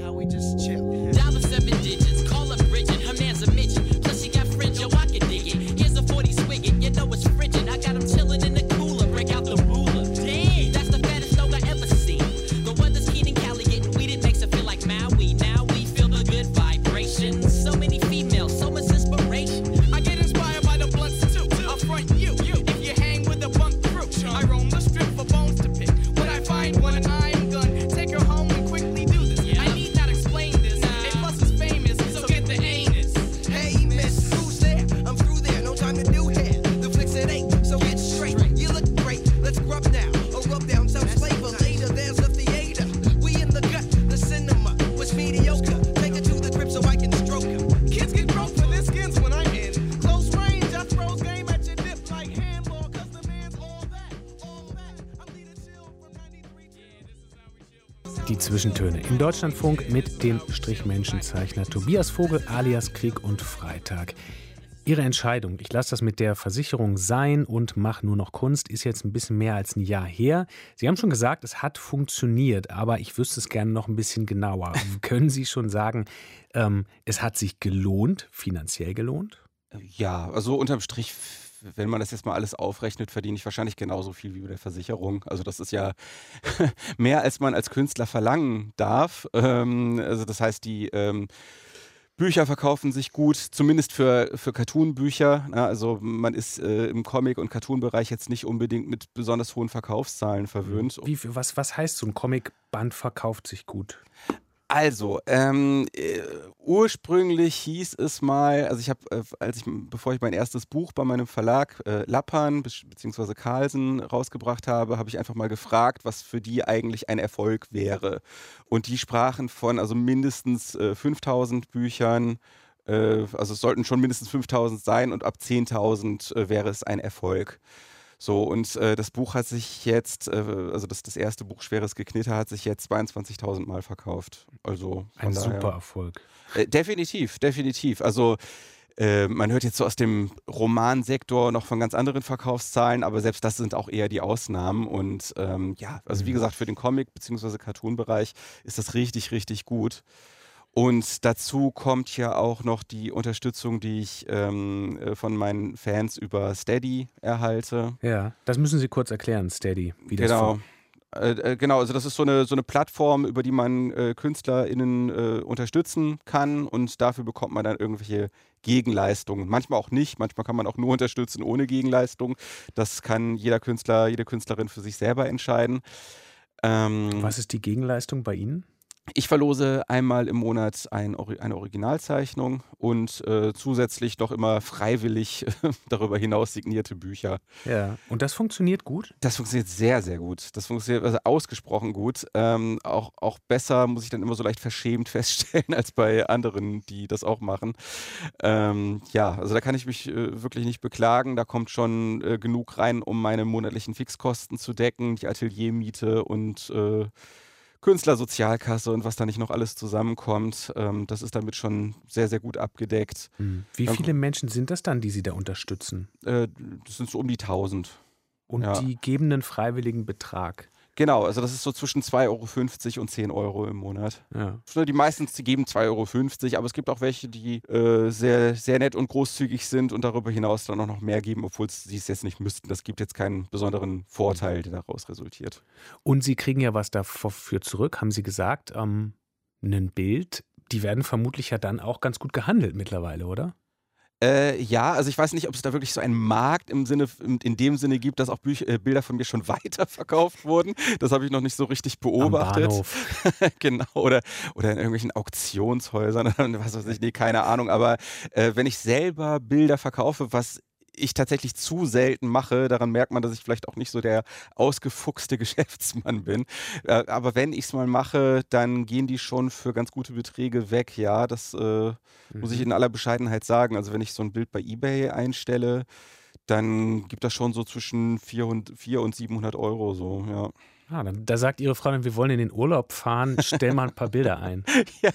Die Zwischentöne im Deutschlandfunk mit dem Strichmenschenzeichner Tobias Vogel alias Krieg und Freitag. Ihre Entscheidung, ich lasse das mit der Versicherung sein und mache nur noch Kunst, ist jetzt ein bisschen mehr als ein Jahr her. Sie haben schon gesagt, es hat funktioniert, aber ich wüsste es gerne noch ein bisschen genauer. Können Sie schon sagen, ähm, es hat sich gelohnt, finanziell gelohnt? Ja, also unterm Strich, wenn man das jetzt mal alles aufrechnet, verdiene ich wahrscheinlich genauso viel wie bei der Versicherung. Also das ist ja mehr, als man als Künstler verlangen darf. Ähm, also das heißt, die ähm, Bücher verkaufen sich gut, zumindest für, für Cartoon-Bücher. Ja, also man ist äh, im Comic- und Cartoon-Bereich jetzt nicht unbedingt mit besonders hohen Verkaufszahlen verwöhnt. Wie, was, was heißt so ein Comicband verkauft sich gut? Also, ähm, äh, ursprünglich hieß es mal, also ich habe, äh, als ich, bevor ich mein erstes Buch bei meinem Verlag äh, Lappan be- beziehungsweise Carlsen rausgebracht habe, habe ich einfach mal gefragt, was für die eigentlich ein Erfolg wäre. Und die sprachen von also mindestens äh, fünftausend Büchern, äh, also es sollten schon mindestens fünftausend sein und ab zehntausend äh, wäre es ein Erfolg. So, und äh, das Buch hat sich jetzt, äh, also das, das erste Buch Schweres Geknitter hat sich jetzt zweiundzwanzigtausend Mal verkauft. Also ein daher, super Erfolg. Äh, definitiv, definitiv. Also äh, man hört jetzt so aus dem Romansektor noch von ganz anderen Verkaufszahlen, aber selbst das sind auch eher die Ausnahmen. Und ähm, ja, also wie gesagt, für den Comic- bzw. Cartoon-Bereich ist das richtig, richtig gut. Und dazu kommt ja auch noch die Unterstützung, die ich ähm, von meinen Fans über Steady erhalte. Ja, das müssen Sie kurz erklären, Steady. Wie das Genau. Äh, genau, also das ist so eine, so eine Plattform, über die man äh, KünstlerInnen äh, unterstützen kann und dafür bekommt man dann irgendwelche Gegenleistungen. Manchmal auch nicht, manchmal kann man auch nur unterstützen ohne Gegenleistung. Das kann jeder Künstler, jede Künstlerin für sich selber entscheiden. Ähm, Was ist die Gegenleistung bei Ihnen? Ich verlose einmal im Monat ein, Ori- eine Originalzeichnung und äh, zusätzlich noch immer freiwillig darüber hinaus signierte Bücher. Ja. Und das funktioniert gut? Das funktioniert sehr, sehr gut. Das funktioniert also ausgesprochen gut. Ähm, auch, auch besser, muss ich dann immer so leicht verschämt feststellen, als bei anderen, die das auch machen. Ähm, ja, also da kann ich mich äh, wirklich nicht beklagen. Da kommt schon äh, genug rein, um meine monatlichen Fixkosten zu decken, die Ateliermiete und äh, Künstlersozialkasse und was da nicht noch alles zusammenkommt. Ähm, das ist damit schon sehr, sehr gut abgedeckt. Hm. Wie Dann- viele Menschen sind das dann, die Sie da unterstützen? Äh, das sind so um die tausend. Und Ja. die geben einen freiwilligen Betrag? Genau, also das ist so zwischen zwei Euro fünfzig und zehn Euro im Monat. Ja. Die meisten die geben zwei Euro fünfzig, aber es gibt auch welche, die äh, sehr, sehr nett und großzügig sind und darüber hinaus dann auch noch mehr geben, obwohl sie es jetzt nicht müssten. Das gibt jetzt keinen besonderen Vorteil, der daraus resultiert. Und Sie kriegen ja was dafür zurück, haben Sie gesagt. Ähm, ein Bild. Die werden vermutlich ja dann auch ganz gut gehandelt mittlerweile, oder? Äh, ja, also ich weiß nicht, ob es da wirklich so einen Markt im Sinne, in, in dem Sinne gibt, dass auch Büch, äh, Bilder von mir schon weiterverkauft wurden. Das habe ich noch nicht so richtig beobachtet. Am Bahnhof. Genau, oder, oder in irgendwelchen Auktionshäusern, was weiß ich, nee, keine Ahnung. Aber äh, wenn ich selber Bilder verkaufe, was ich tatsächlich zu selten mache, daran merkt man, dass ich vielleicht auch nicht so der ausgefuchste Geschäftsmann bin. Äh, aber wenn ich es mal mache, dann gehen die schon für ganz gute Beträge weg. Ja, das äh, muss ich in aller Bescheidenheit sagen. Also wenn ich so ein Bild bei eBay einstelle, dann gibt das schon so zwischen vierhundert und siebenhundert Euro so, ja. Ah, dann, da sagt Ihre Frau dann, wir wollen in den Urlaub fahren, stell mal ein paar Bilder ein. Ja,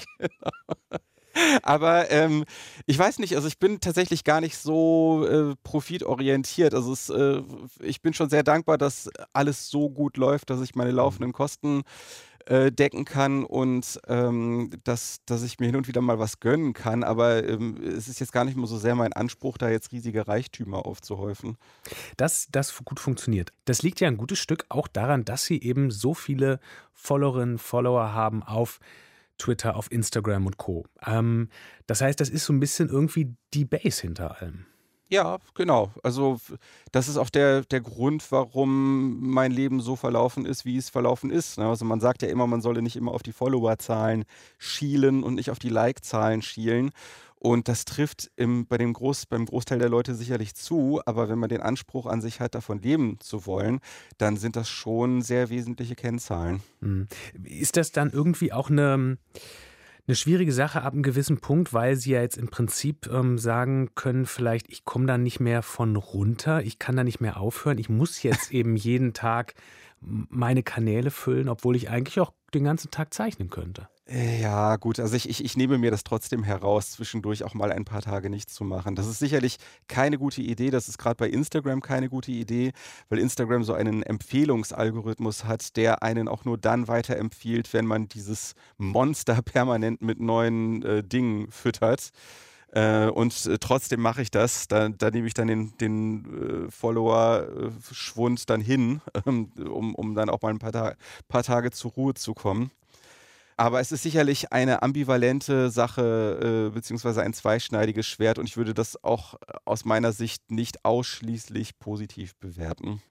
genau. Aber ähm, ich weiß nicht, also ich bin tatsächlich gar nicht so äh, profitorientiert. Also es, äh, ich bin schon sehr dankbar, dass alles so gut läuft, dass ich meine laufenden Kosten äh, decken kann und ähm, dass, dass ich mir hin und wieder mal was gönnen kann. Aber ähm, es ist jetzt gar nicht mehr so sehr mein Anspruch, da jetzt riesige Reichtümer aufzuhäufen. Dass das gut funktioniert. Das liegt ja ein gutes Stück auch daran, dass Sie eben so viele Followerinnen, Follower haben auf Twitter, auf Instagram und Co. Ähm, das heißt, das ist so ein bisschen irgendwie die Base hinter allem. Ja, genau. Also f- das ist auch der, der Grund, warum mein Leben so verlaufen ist, wie es verlaufen ist. Ne? Also man sagt ja immer, man solle nicht immer auf die Followerzahlen schielen und nicht auf die Like-Zahlen schielen. Und das trifft im, bei dem Groß, beim Großteil der Leute sicherlich zu, aber wenn man den Anspruch an sich hat, davon leben zu wollen, dann sind das schon sehr wesentliche Kennzahlen. Hm. Ist das dann irgendwie auch eine, eine schwierige Sache ab einem gewissen Punkt, weil Sie ja jetzt im Prinzip ähm, sagen können, vielleicht, ich komme da nicht mehr von runter, ich kann da nicht mehr aufhören, ich muss jetzt eben jeden Tag m- meine Kanäle füllen, obwohl ich eigentlich auch den ganzen Tag zeichnen könnte. Ja, gut, also ich, ich, ich nehme mir das trotzdem heraus, zwischendurch auch mal ein paar Tage nichts zu machen. Das ist sicherlich keine gute Idee, das ist gerade bei Instagram keine gute Idee, weil Instagram so einen Empfehlungsalgorithmus hat, der einen auch nur dann weiterempfiehlt, wenn man dieses Monster permanent mit neuen äh, Dingen füttert. Äh, und äh, trotzdem mache ich das. Da, da nehme ich dann den, den äh, Follower-Schwund dann hin, ähm, um, um dann auch mal ein paar, Ta paar Tage zur Ruhe zu kommen. Aber es ist sicherlich eine ambivalente Sache, äh, beziehungsweise ein zweischneidiges Schwert und ich würde das auch äh, aus meiner Sicht nicht ausschließlich positiv bewerten.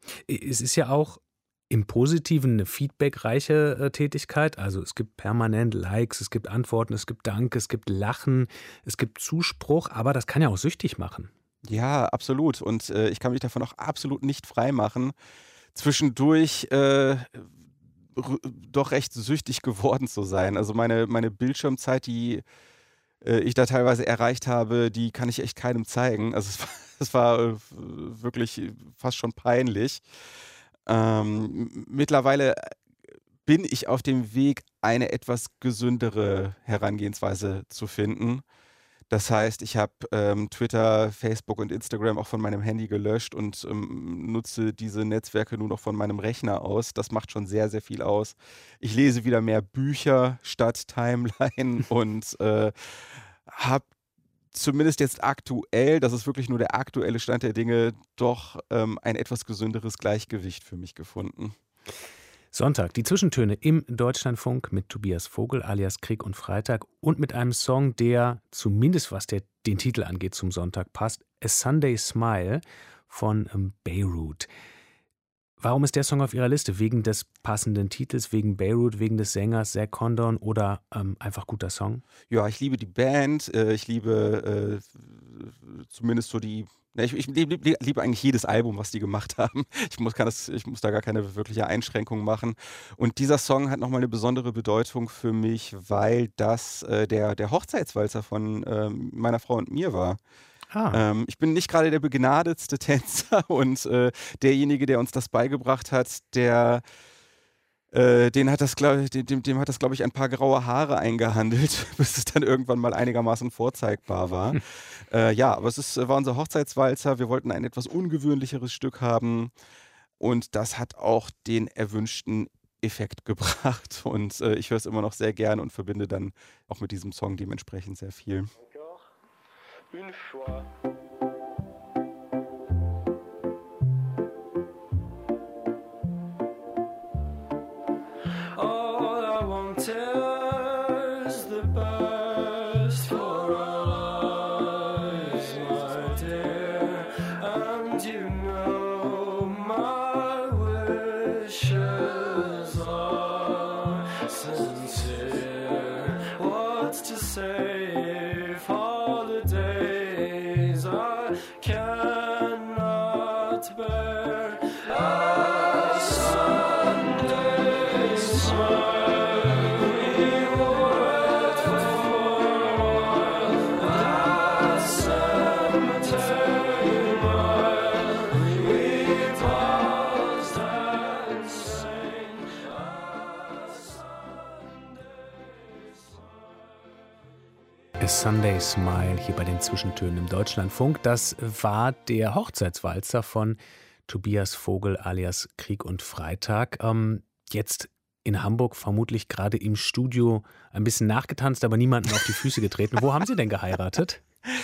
Es ist ja auch im Positiven eine feedbackreiche äh, Tätigkeit. Also es gibt permanent Likes, es gibt Antworten, es gibt Dank, es gibt Lachen, es gibt Zuspruch, aber das kann ja auch süchtig machen. Ja, absolut. Und äh, ich kann mich davon auch absolut nicht freimachen. Zwischendurch äh, r- doch recht süchtig geworden zu sein. Also meine, meine Bildschirmzeit, die äh, ich da teilweise erreicht habe, die kann ich echt keinem zeigen. Also es war, es war äh, wirklich fast schon peinlich. Ähm, m- mittlerweile bin ich auf dem Weg, eine etwas gesündere Herangehensweise zu finden. Das heißt, ich habe ähm, Twitter, Facebook und Instagram auch von meinem Handy gelöscht und ähm, nutze diese Netzwerke nur noch von meinem Rechner aus. Das macht schon sehr, sehr viel aus. Ich lese wieder mehr Bücher statt Timeline und äh, habe zumindest jetzt aktuell, das ist wirklich nur der aktuelle Stand der Dinge, doch ähm, ein etwas gesünderes Gleichgewicht für mich gefunden. Sonntag, die Zwischentöne im Deutschlandfunk mit Tobias Vogel alias Krieg und Freitag und mit einem Song, der zumindest was der, den Titel angeht zum Sonntag passt, A Sunday Smile von ähm, Beirut. Warum ist der Song auf Ihrer Liste? Wegen des passenden Titels, wegen Beirut, wegen des Sängers Zac Condon oder ähm, einfach guter Song? Ja, ich liebe die Band, äh, ich liebe äh, zumindest so die. Ne, ich ich liebe lieb, lieb eigentlich jedes Album, was die gemacht haben. Ich muss, kann das, ich muss da gar keine wirkliche Einschränkung machen. Und dieser Song hat nochmal eine besondere Bedeutung für mich, weil das äh, der, der Hochzeitswalzer von ähm, meiner Frau und mir war. Ah. Ähm, ich bin nicht gerade der begnadetste Tänzer und äh, derjenige, der uns das beigebracht hat, der äh, den hat das, glaub, dem, dem hat das, glaube ich, ein paar graue Haare eingehandelt, bis es dann irgendwann mal einigermaßen vorzeigbar war. äh, ja, aber es ist, war unser Hochzeitswalzer. Wir wollten ein etwas ungewöhnlicheres Stück haben und das hat auch den erwünschten Effekt gebracht. Und äh, ich höre es immer noch sehr gerne und verbinde dann auch mit diesem Song dementsprechend sehr viel. Une fois. All I want is the best for our lives, my dear. And you know my wishes are sincere. What's to say for the days I cannot bear? A Sunday smile we wait for a while. That cemetery mile we paused and sang. A A Sunday Smile hier bei den Zwischentönen im Deutschlandfunk. Das war der Hochzeitswalzer von Tobias Vogel alias Krieg und Freitag. Ähm, jetzt in Hamburg vermutlich gerade im Studio ein bisschen nachgetanzt, aber niemanden auf die Füße getreten. Wo haben Sie denn geheiratet?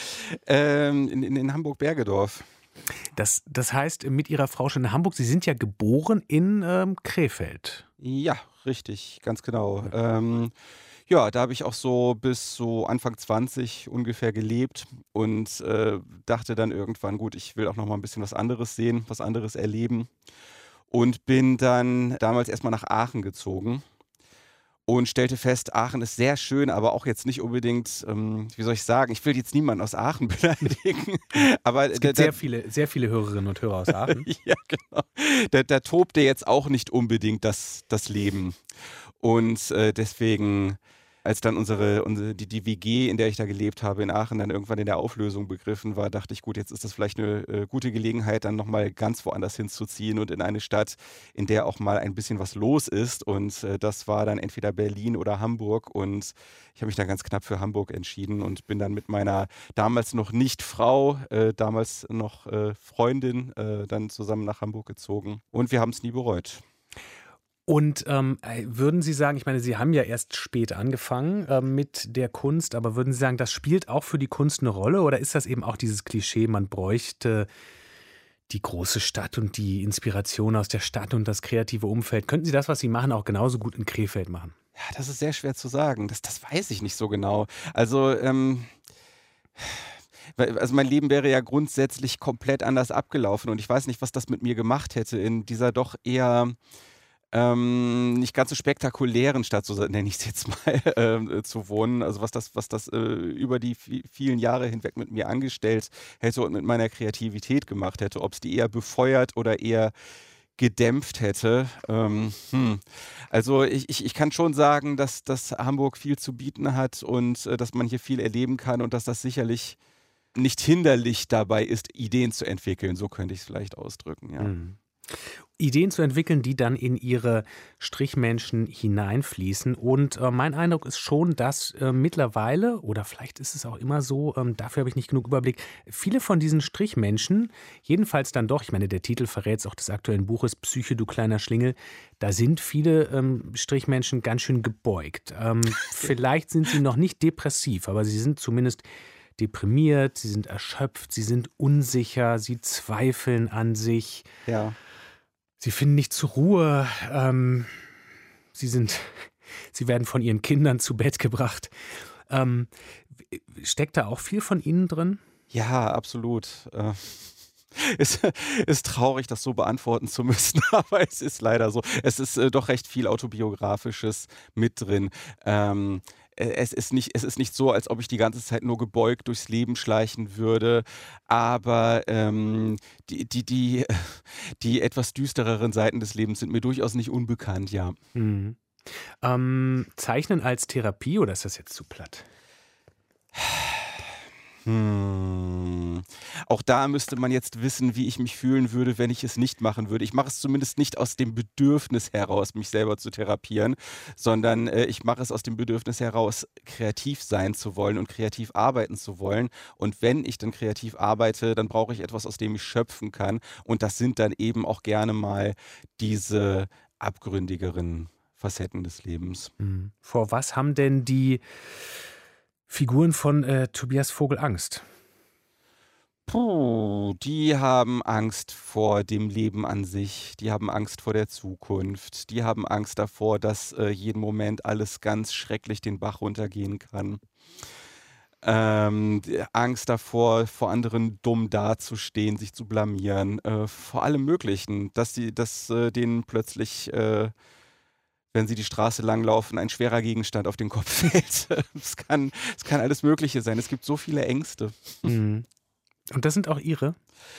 Ähm, in, in, in Hamburg-Bergedorf. Das, das heißt, mit Ihrer Frau schon in Hamburg. Sie sind ja geboren in ähm, Krefeld. Ja, richtig, ganz genau. Ähm, ja, da habe ich auch so bis so Anfang zwanzig ungefähr gelebt und äh, dachte dann irgendwann, gut, ich will auch noch mal ein bisschen was anderes sehen, was anderes erleben. Und bin dann damals erstmal nach Aachen gezogen und stellte fest, Aachen ist sehr schön, aber auch jetzt nicht unbedingt, ähm, wie soll ich sagen, ich will jetzt niemanden aus Aachen beleidigen. Aber Es gibt da, sehr viele, sehr viele Hörerinnen und Hörer aus Aachen. ja, genau. Da, da tobte jetzt auch nicht unbedingt das, das Leben. Und äh, deswegen, als dann unsere, unsere die, die W G, in der ich da gelebt habe in Aachen, dann irgendwann in der Auflösung begriffen war, dachte ich, gut, jetzt ist das vielleicht eine äh, gute Gelegenheit, dann nochmal ganz woanders hinzuziehen und in eine Stadt, in der auch mal ein bisschen was los ist. Und äh, das war dann entweder Berlin oder Hamburg. Und ich habe mich dann ganz knapp für Hamburg entschieden und bin dann mit meiner damals noch nicht Frau, äh, damals noch äh, Freundin, äh, dann zusammen nach Hamburg gezogen. Und wir haben es nie bereut. Und ähm, würden Sie sagen, ich meine, Sie haben ja erst spät angefangen äh, mit der Kunst, aber würden Sie sagen, das spielt auch für die Kunst eine Rolle oder ist das eben auch dieses Klischee, man bräuchte die große Stadt und die Inspiration aus der Stadt und das kreative Umfeld? Könnten Sie das, was Sie machen, auch genauso gut in Krefeld machen? Ja, das ist sehr schwer zu sagen. Das, das weiß ich nicht so genau. Also, ähm, also mein Leben wäre ja grundsätzlich komplett anders abgelaufen und ich weiß nicht, was das mit mir gemacht hätte in dieser doch eher Ähm, nicht ganz so spektakulären Stadt, so nenne ich es jetzt mal, äh, zu wohnen. Also was das, was das äh, über die vi- vielen Jahre hinweg mit mir angestellt hätte und mit meiner Kreativität gemacht hätte, ob es die eher befeuert oder eher gedämpft hätte. Ähm, hm. Also ich, ich, ich kann schon sagen, dass, dass Hamburg viel zu bieten hat und äh, dass man hier viel erleben kann und dass das sicherlich nicht hinderlich dabei ist, Ideen zu entwickeln. So könnte ich es vielleicht ausdrücken, ja. Mhm. Ideen zu entwickeln, die dann in ihre Strichmenschen hineinfließen. Und äh, mein Eindruck ist schon, dass äh, mittlerweile, oder vielleicht ist es auch immer so, ähm, dafür habe ich nicht genug Überblick, viele von diesen Strichmenschen, jedenfalls dann doch, ich meine, der Titel verrät es auch des aktuellen Buches, Psyche, du kleiner Schlingel, da sind viele ähm, Strichmenschen ganz schön gebeugt. Ähm, vielleicht sind sie noch nicht depressiv, aber sie sind zumindest deprimiert, sie sind erschöpft, sie sind unsicher, sie zweifeln an sich. Ja. Sie finden nicht zur Ruhe. Ähm, sie sind, sie werden von ihren Kindern zu Bett gebracht. Ähm, steckt da auch viel von Ihnen drin? Ja, absolut. Äh, Es ist traurig, das so beantworten zu müssen, aber es ist leider so. Es ist äh, doch recht viel Autobiografisches mit drin. Ähm, äh, es ist nicht, es ist nicht so, als ob ich die ganze Zeit nur gebeugt durchs Leben schleichen würde, aber ähm, die, die, die, die etwas düstereren Seiten des Lebens sind mir durchaus nicht unbekannt, ja. Mhm. Ähm, Zeichnen als Therapie oder ist das jetzt zu platt? Hm. Auch da müsste man jetzt wissen, wie ich mich fühlen würde, wenn ich es nicht machen würde. Ich mache es zumindest nicht aus dem Bedürfnis heraus, mich selber zu therapieren, sondern äh, ich mache es aus dem Bedürfnis heraus, kreativ sein zu wollen und kreativ arbeiten zu wollen. Und wenn ich dann kreativ arbeite, dann brauche ich etwas, aus dem ich schöpfen kann. Und das sind dann eben auch gerne mal diese abgründigeren Facetten des Lebens. Mhm. Vor was haben denn die Figuren von äh, Tobias Vogel Angst? Puh, die haben Angst vor dem Leben an sich, die haben Angst vor der Zukunft, die haben Angst davor, dass äh, jeden Moment alles ganz schrecklich den Bach runtergehen kann. Ähm, die Angst davor, vor anderen dumm dazustehen, sich zu blamieren, äh, vor allem Möglichen, dass sie, dass äh, denen plötzlich äh, wenn sie die Straße langlaufen, ein schwerer Gegenstand auf den Kopf fällt. Es kann, es kann alles Mögliche sein. Es gibt so viele Ängste. Mhm. Und das sind auch Ihre?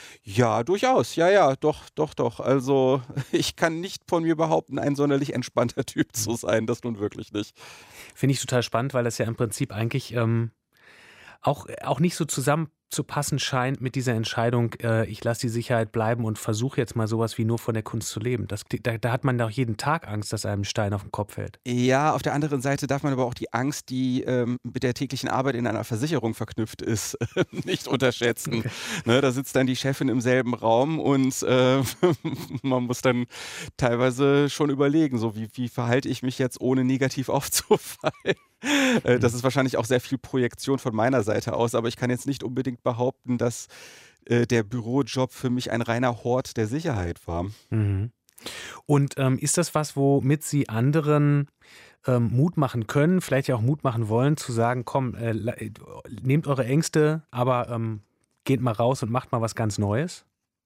Ja, durchaus. Ja, ja, doch, doch, doch. Also ich kann nicht von mir behaupten, ein sonderlich entspannter Typ zu sein. Das nun wirklich nicht. Finde ich total spannend, weil das ja im Prinzip eigentlich ähm, auch, auch nicht so zusammenzupassen scheint mit dieser Entscheidung, äh, ich lasse die Sicherheit bleiben und versuche jetzt mal sowas wie nur von der Kunst zu leben. Das, da, da hat man doch jeden Tag Angst, dass einem ein Stein auf den Kopf fällt. Ja, auf der anderen Seite darf man aber auch die Angst, die ähm, mit der täglichen Arbeit in einer Versicherung verknüpft ist, nicht unterschätzen. Okay. Ne, da sitzt dann die Chefin im selben Raum und äh, man muss dann teilweise schon überlegen, so wie, wie verhalte ich mich jetzt, ohne negativ aufzufallen. Äh, das ist wahrscheinlich auch sehr viel Projektion von meiner Seite aus, aber ich kann jetzt nicht unbedingt behaupten, dass äh, der Bürojob für mich ein reiner Hort der Sicherheit war. Mhm. Und ähm, ist das was, womit Sie anderen ähm, Mut machen können, vielleicht ja auch Mut machen wollen, zu sagen, komm, äh, nehmt eure Ängste, aber ähm, geht mal raus und macht mal was ganz Neues?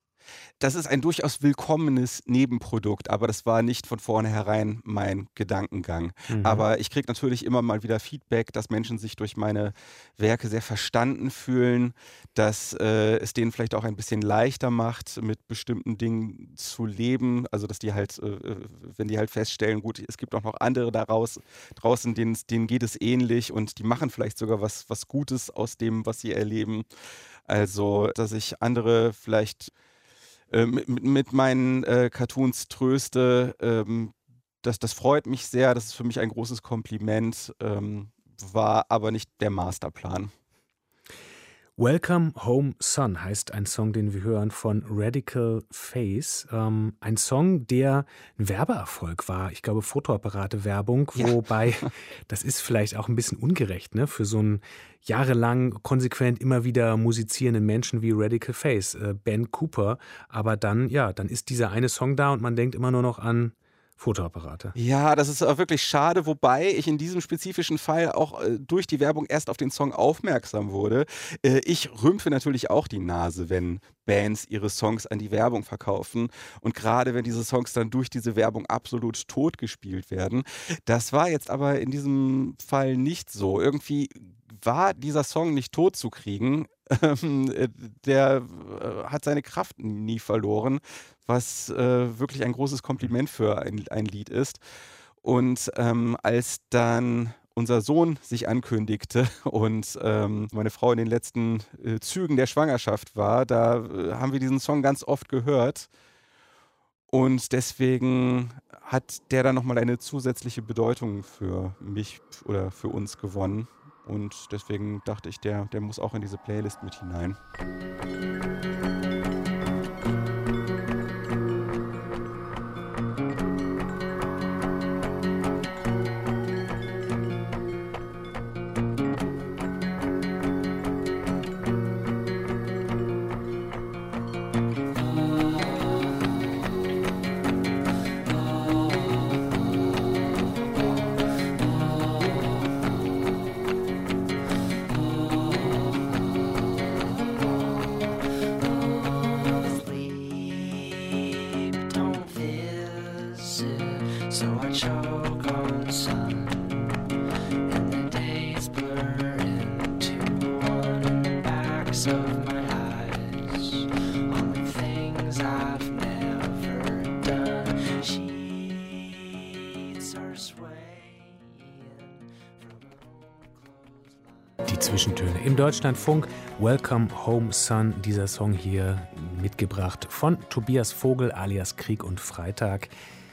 Das ist ein durchaus willkommenes Nebenprodukt, aber das war nicht von vornherein mein Gedankengang. Mhm. Aber ich kriege natürlich immer mal wieder Feedback, dass Menschen sich durch meine Werke sehr verstanden fühlen, dass äh, es denen vielleicht auch ein bisschen leichter macht, mit bestimmten Dingen zu leben. Also dass die halt, äh, wenn die halt feststellen, gut, es gibt auch noch andere daraus, draußen, denen, denen geht es ähnlich und die machen vielleicht sogar was, was Gutes aus dem, was sie erleben. Also, dass ich andere vielleicht äh, mit, mit meinen äh, Cartoons tröste, ähm, das, das freut mich sehr, das ist für mich ein großes Kompliment, ähm, war aber nicht der Masterplan. Welcome Home Son heißt ein Song, den wir hören von Radical Face. Ähm, ein Song, der ein Werbeerfolg war. Ich glaube, Fotoapparate-Werbung, Ja. wobei das ist vielleicht auch ein bisschen ungerecht, ne? Für so einen jahrelang konsequent immer wieder musizierenden Menschen wie Radical Face, äh, Ben Cooper. Aber dann, ja, dann ist dieser eine Song da und man denkt immer nur noch an Fotoapparate. Ja, das ist auch wirklich schade, wobei ich in diesem spezifischen Fall auch äh, durch die Werbung erst auf den Song aufmerksam wurde. Äh, ich rümpfe natürlich auch die Nase, wenn Bands ihre Songs an die Werbung verkaufen und gerade wenn diese Songs dann durch diese Werbung absolut tot gespielt werden. Das war jetzt aber in diesem Fall nicht so. Irgendwie war dieser Song nicht tot zu kriegen. Ähm, äh, der äh, hat seine Kraft nie verloren, was äh, wirklich ein großes Kompliment für ein, ein Lied ist. Und ähm, als dann unser Sohn sich ankündigte und ähm, meine Frau in den letzten äh, Zügen der Schwangerschaft war, da äh, haben wir diesen Song ganz oft gehört. Und deswegen hat der dann nochmal eine zusätzliche Bedeutung für mich oder für uns gewonnen. Und deswegen dachte ich, der, der muss auch in diese Playlist mit hinein. corners of my eyes on the things I've never done. Sheets are swaying from an old clothesline. Die Zwischentöne im Deutschlandfunk. Welcome Home Son, dieser Song hier mitgebracht von Tobias Vogel alias Krieg und Freitag,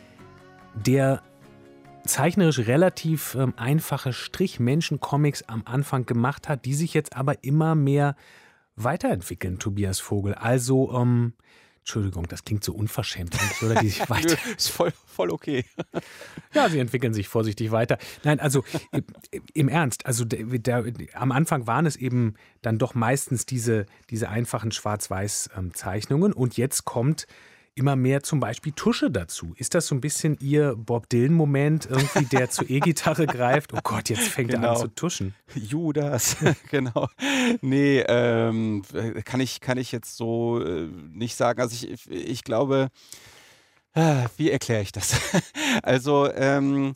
der zeichnerisch relativ ähm, einfache Strichmenschen-Comics am Anfang gemacht hat, die sich jetzt aber immer mehr weiterentwickeln, Tobias Vogel. Also, ähm, Entschuldigung, das klingt so unverschämt, oder? Die sich weiter ist voll, voll okay. Ja, sie entwickeln sich vorsichtig weiter. Nein, also im Ernst, also der, der, am Anfang waren es eben dann doch meistens diese, diese einfachen Schwarz-Weiß-Zeichnungen und jetzt kommt immer mehr zum Beispiel Tusche dazu. Ist das so ein bisschen Ihr Bob Dylan-Moment, irgendwie, der zur E-Gitarre greift? Oh Gott, jetzt fängt Genau. er an zu tuschen. Judas, genau. Nee, ähm, kann ich, kann ich jetzt so äh, nicht sagen. Also ich, ich glaube, ah, wie erkläre ich das? Also, ähm,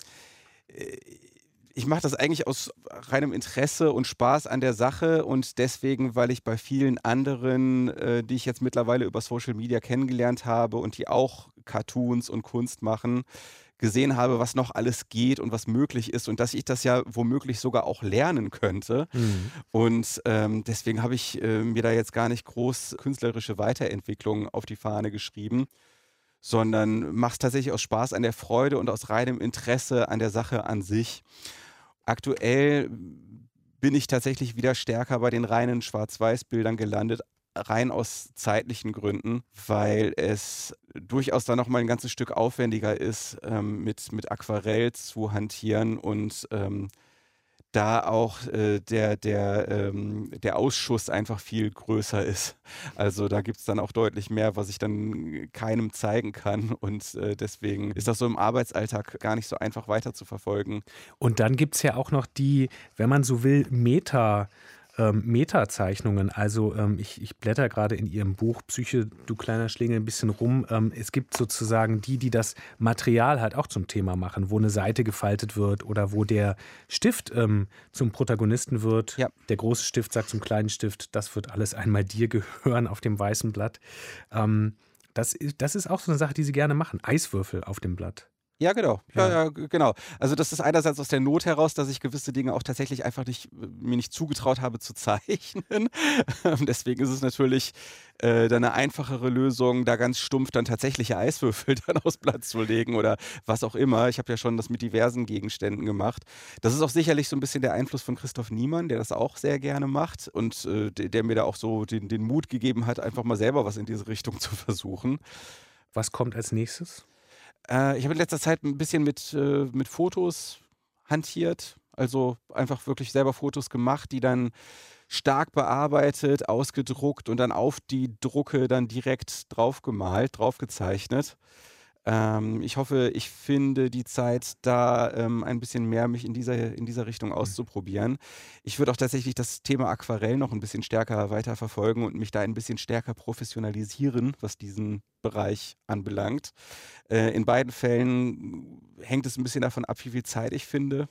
ich mache das eigentlich aus reinem Interesse und Spaß an der Sache und deswegen, weil ich bei vielen anderen, äh, die ich jetzt mittlerweile über Social Media kennengelernt habe und die auch Cartoons und Kunst machen, gesehen habe, was noch alles geht und was möglich ist und dass ich das ja womöglich sogar auch lernen könnte. Mhm. Und ähm, deswegen habe ich äh, mir da jetzt gar nicht groß künstlerische Weiterentwicklung auf die Fahne geschrieben, sondern mache es tatsächlich aus Spaß an der Freude und aus reinem Interesse an der Sache an sich. Aktuell bin ich tatsächlich wieder stärker bei den reinen Schwarz-Weiß-Bildern gelandet, rein aus zeitlichen Gründen, weil es durchaus dann nochmal ein ganzes Stück aufwendiger ist, ähm, mit, mit Aquarell zu hantieren und ähm, da auch äh, der, der, ähm, der Ausschuss einfach viel größer ist. Also da gibt es dann auch deutlich mehr, was ich dann keinem zeigen kann und äh, deswegen ist das so im Arbeitsalltag gar nicht so einfach weiter zu verfolgen. Und dann gibt es ja auch noch die, wenn man so will, Meta- Ähm, Metazeichnungen, also ähm, ich, ich blätter gerade in Ihrem Buch Psyche, du kleiner Schlingel, ein bisschen rum. Ähm, es gibt sozusagen die, die das Material halt auch zum Thema machen, wo eine Seite gefaltet wird oder wo der Stift ähm, zum Protagonisten wird. Ja. Der große Stift sagt zum kleinen Stift, das wird alles einmal dir gehören auf dem weißen Blatt. Ähm, das, ist, das ist auch so eine Sache, die Sie gerne machen, Eiswürfel auf dem Blatt. Ja, genau. Ja, Ja. ja, g- genau. Also das ist einerseits aus der Not heraus, dass ich gewisse Dinge auch tatsächlich einfach nicht, mir nicht zugetraut habe zu zeichnen. Deswegen ist es natürlich äh, dann eine einfachere Lösung, da ganz stumpf dann tatsächliche Eiswürfel dann aufs Blatt zu legen oder was auch immer. Ich habe ja schon das mit diversen Gegenständen gemacht. Das ist auch sicherlich so ein bisschen der Einfluss von Christoph Niemann, der das auch sehr gerne macht und äh, der, der mir da auch so den, den Mut gegeben hat, einfach mal selber was in diese Richtung zu versuchen. Was kommt als nächstes? Äh, ich habe in letzter Zeit ein bisschen mit, äh, mit Fotos hantiert, also einfach wirklich selber Fotos gemacht, die dann stark bearbeitet, ausgedruckt und dann auf die Drucke dann direkt draufgemalt, draufgezeichnet. Ähm, ich hoffe, ich finde die Zeit, da ähm, ein bisschen mehr mich in dieser, in dieser Richtung auszuprobieren. Ich würde auch tatsächlich das Thema Aquarell noch ein bisschen stärker weiterverfolgen und mich da ein bisschen stärker professionalisieren, was diesen Bereich anbelangt. Äh, in beiden Fällen hängt es ein bisschen davon ab, wie viel Zeit ich finde.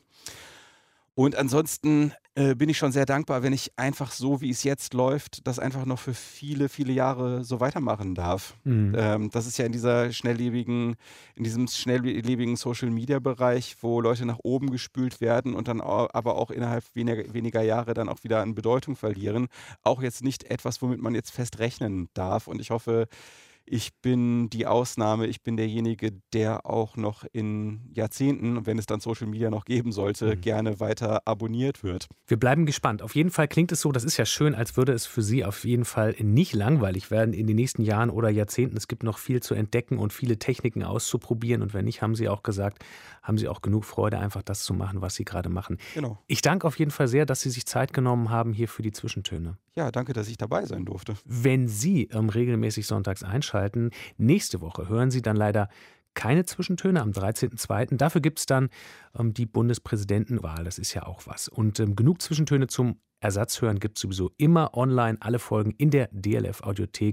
Und ansonsten äh, bin ich schon sehr dankbar, wenn ich einfach so, wie es jetzt läuft, das einfach noch für viele, viele Jahre so weitermachen darf. Mhm. Ähm, das ist ja in dieser schnelllebigen, in diesem schnelllebigen Social-Media-Bereich, wo Leute nach oben gespült werden und dann au- aber auch innerhalb weniger, weniger Jahre dann auch wieder an Bedeutung verlieren. Auch jetzt nicht etwas, womit man jetzt fest rechnen darf. Und ich hoffe, ich bin die Ausnahme, ich bin derjenige, der auch noch in Jahrzehnten, wenn es dann Social Media noch geben sollte, Mhm. gerne weiter abonniert wird. Wir bleiben gespannt. Auf jeden Fall klingt es so, das ist ja schön, als würde es für Sie auf jeden Fall nicht langweilig werden in den nächsten Jahren oder Jahrzehnten. Es gibt noch viel zu entdecken und viele Techniken auszuprobieren. Und wenn nicht, haben Sie auch gesagt, haben Sie auch genug Freude, einfach das zu machen, was Sie gerade machen. Genau. Ich danke auf jeden Fall sehr, dass Sie sich Zeit genommen haben hier für die Zwischentöne. Ja, danke, dass ich dabei sein durfte. Wenn Sie ähm, regelmäßig sonntags einschalten, nächste Woche hören Sie dann leider keine Zwischentöne am dreizehnten zweiten Dafür gibt es dann ähm, die Bundespräsidentenwahl. Das ist ja auch was. Und ähm, genug Zwischentöne zum Ersatzhören gibt es sowieso immer online. Alle Folgen in der D L F-Audiothek.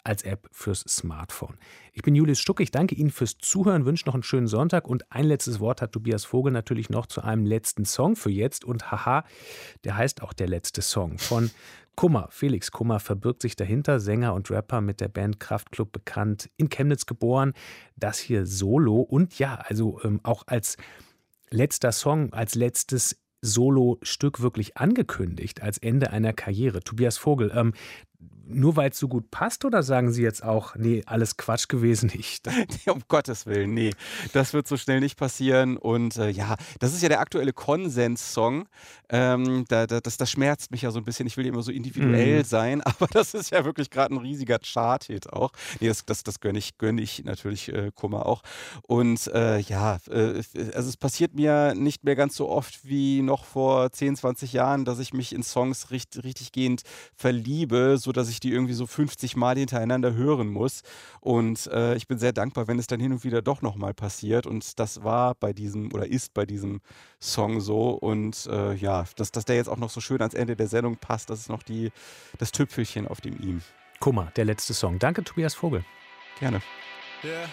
als App fürs Smartphone. Ich bin Julius Stucke, ich danke Ihnen fürs Zuhören, wünsche noch einen schönen Sonntag und ein letztes Wort hat Tobias Vogel natürlich noch zu einem letzten Song für jetzt und haha, der heißt auch der letzte Song von Kummer. Felix Kummer verbirgt sich dahinter, Sänger und Rapper mit der Band Kraftklub bekannt, in Chemnitz geboren, das hier solo und ja, also ähm, auch als letzter Song, als letztes Solo-Stück wirklich angekündigt, als Ende einer Karriere. Tobias Vogel, ähm, nur weil es so gut passt oder sagen Sie jetzt auch, nee, alles Quatsch gewesen? Ich, Nee, um Gottes Willen, nee, das wird so schnell nicht passieren. Und äh, ja, das ist ja der aktuelle Konsens-Song. Ähm, da, da, das, das schmerzt mich ja so ein bisschen. Ich will immer so individuell Mhm. sein, aber das ist ja wirklich gerade ein riesiger Chart-Hit auch. Nee, das, das, das gönne ich, gönn ich natürlich äh, Kummer auch. Und äh, ja, äh, also es passiert mir nicht mehr ganz so oft wie noch vor zehn, zwanzig Jahren, dass ich mich in Songs richtig, richtig gehend verliebe, sodass ich die irgendwie so fünfzig Mal hintereinander hören muss. Und äh, ich bin sehr dankbar, wenn es dann hin und wieder doch nochmal passiert. Und das war bei diesem oder ist bei diesem Song so. Und äh, ja, dass, dass der jetzt auch noch so schön ans Ende der Sendung passt, das ist noch die, das Tüpfelchen auf dem i. Kummer, der letzte Song. Danke, Tobias Vogel. Gerne. Yeah.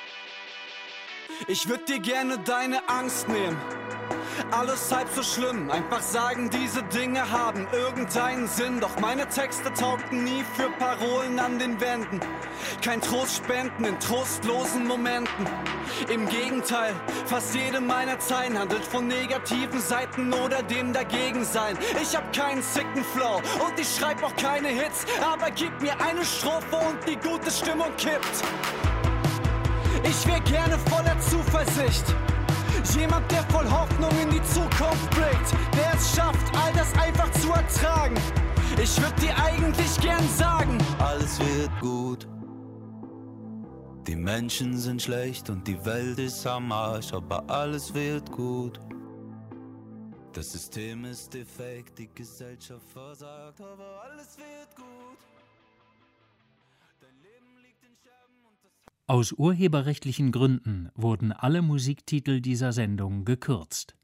Ich würd dir gerne deine Angst nehmen. Alles halb so schlimm, einfach sagen, diese Dinge haben irgendeinen Sinn. Doch meine Texte taugten nie für Parolen an den Wänden. Kein Trost spenden in trostlosen Momenten. Im Gegenteil, fast jede meiner Zeilen handelt von negativen Seiten oder dem Dagegensein. Ich hab keinen sicken Flow und ich schreib auch keine Hits, aber gib mir eine Strophe und die gute Stimmung kippt. Ich wär gerne voller Zuversicht. Jemand, der voll Hoffnung in die Zukunft blickt, der es schafft, all das einfach zu ertragen. Ich würd dir eigentlich gern sagen, alles wird gut. Die Menschen sind schlecht und die Welt ist am Arsch, aber alles wird gut. Das System ist defekt, die Gesellschaft versagt, aber alles wird gut. Aus urheberrechtlichen Gründen wurden alle Musiktitel dieser Sendung gekürzt.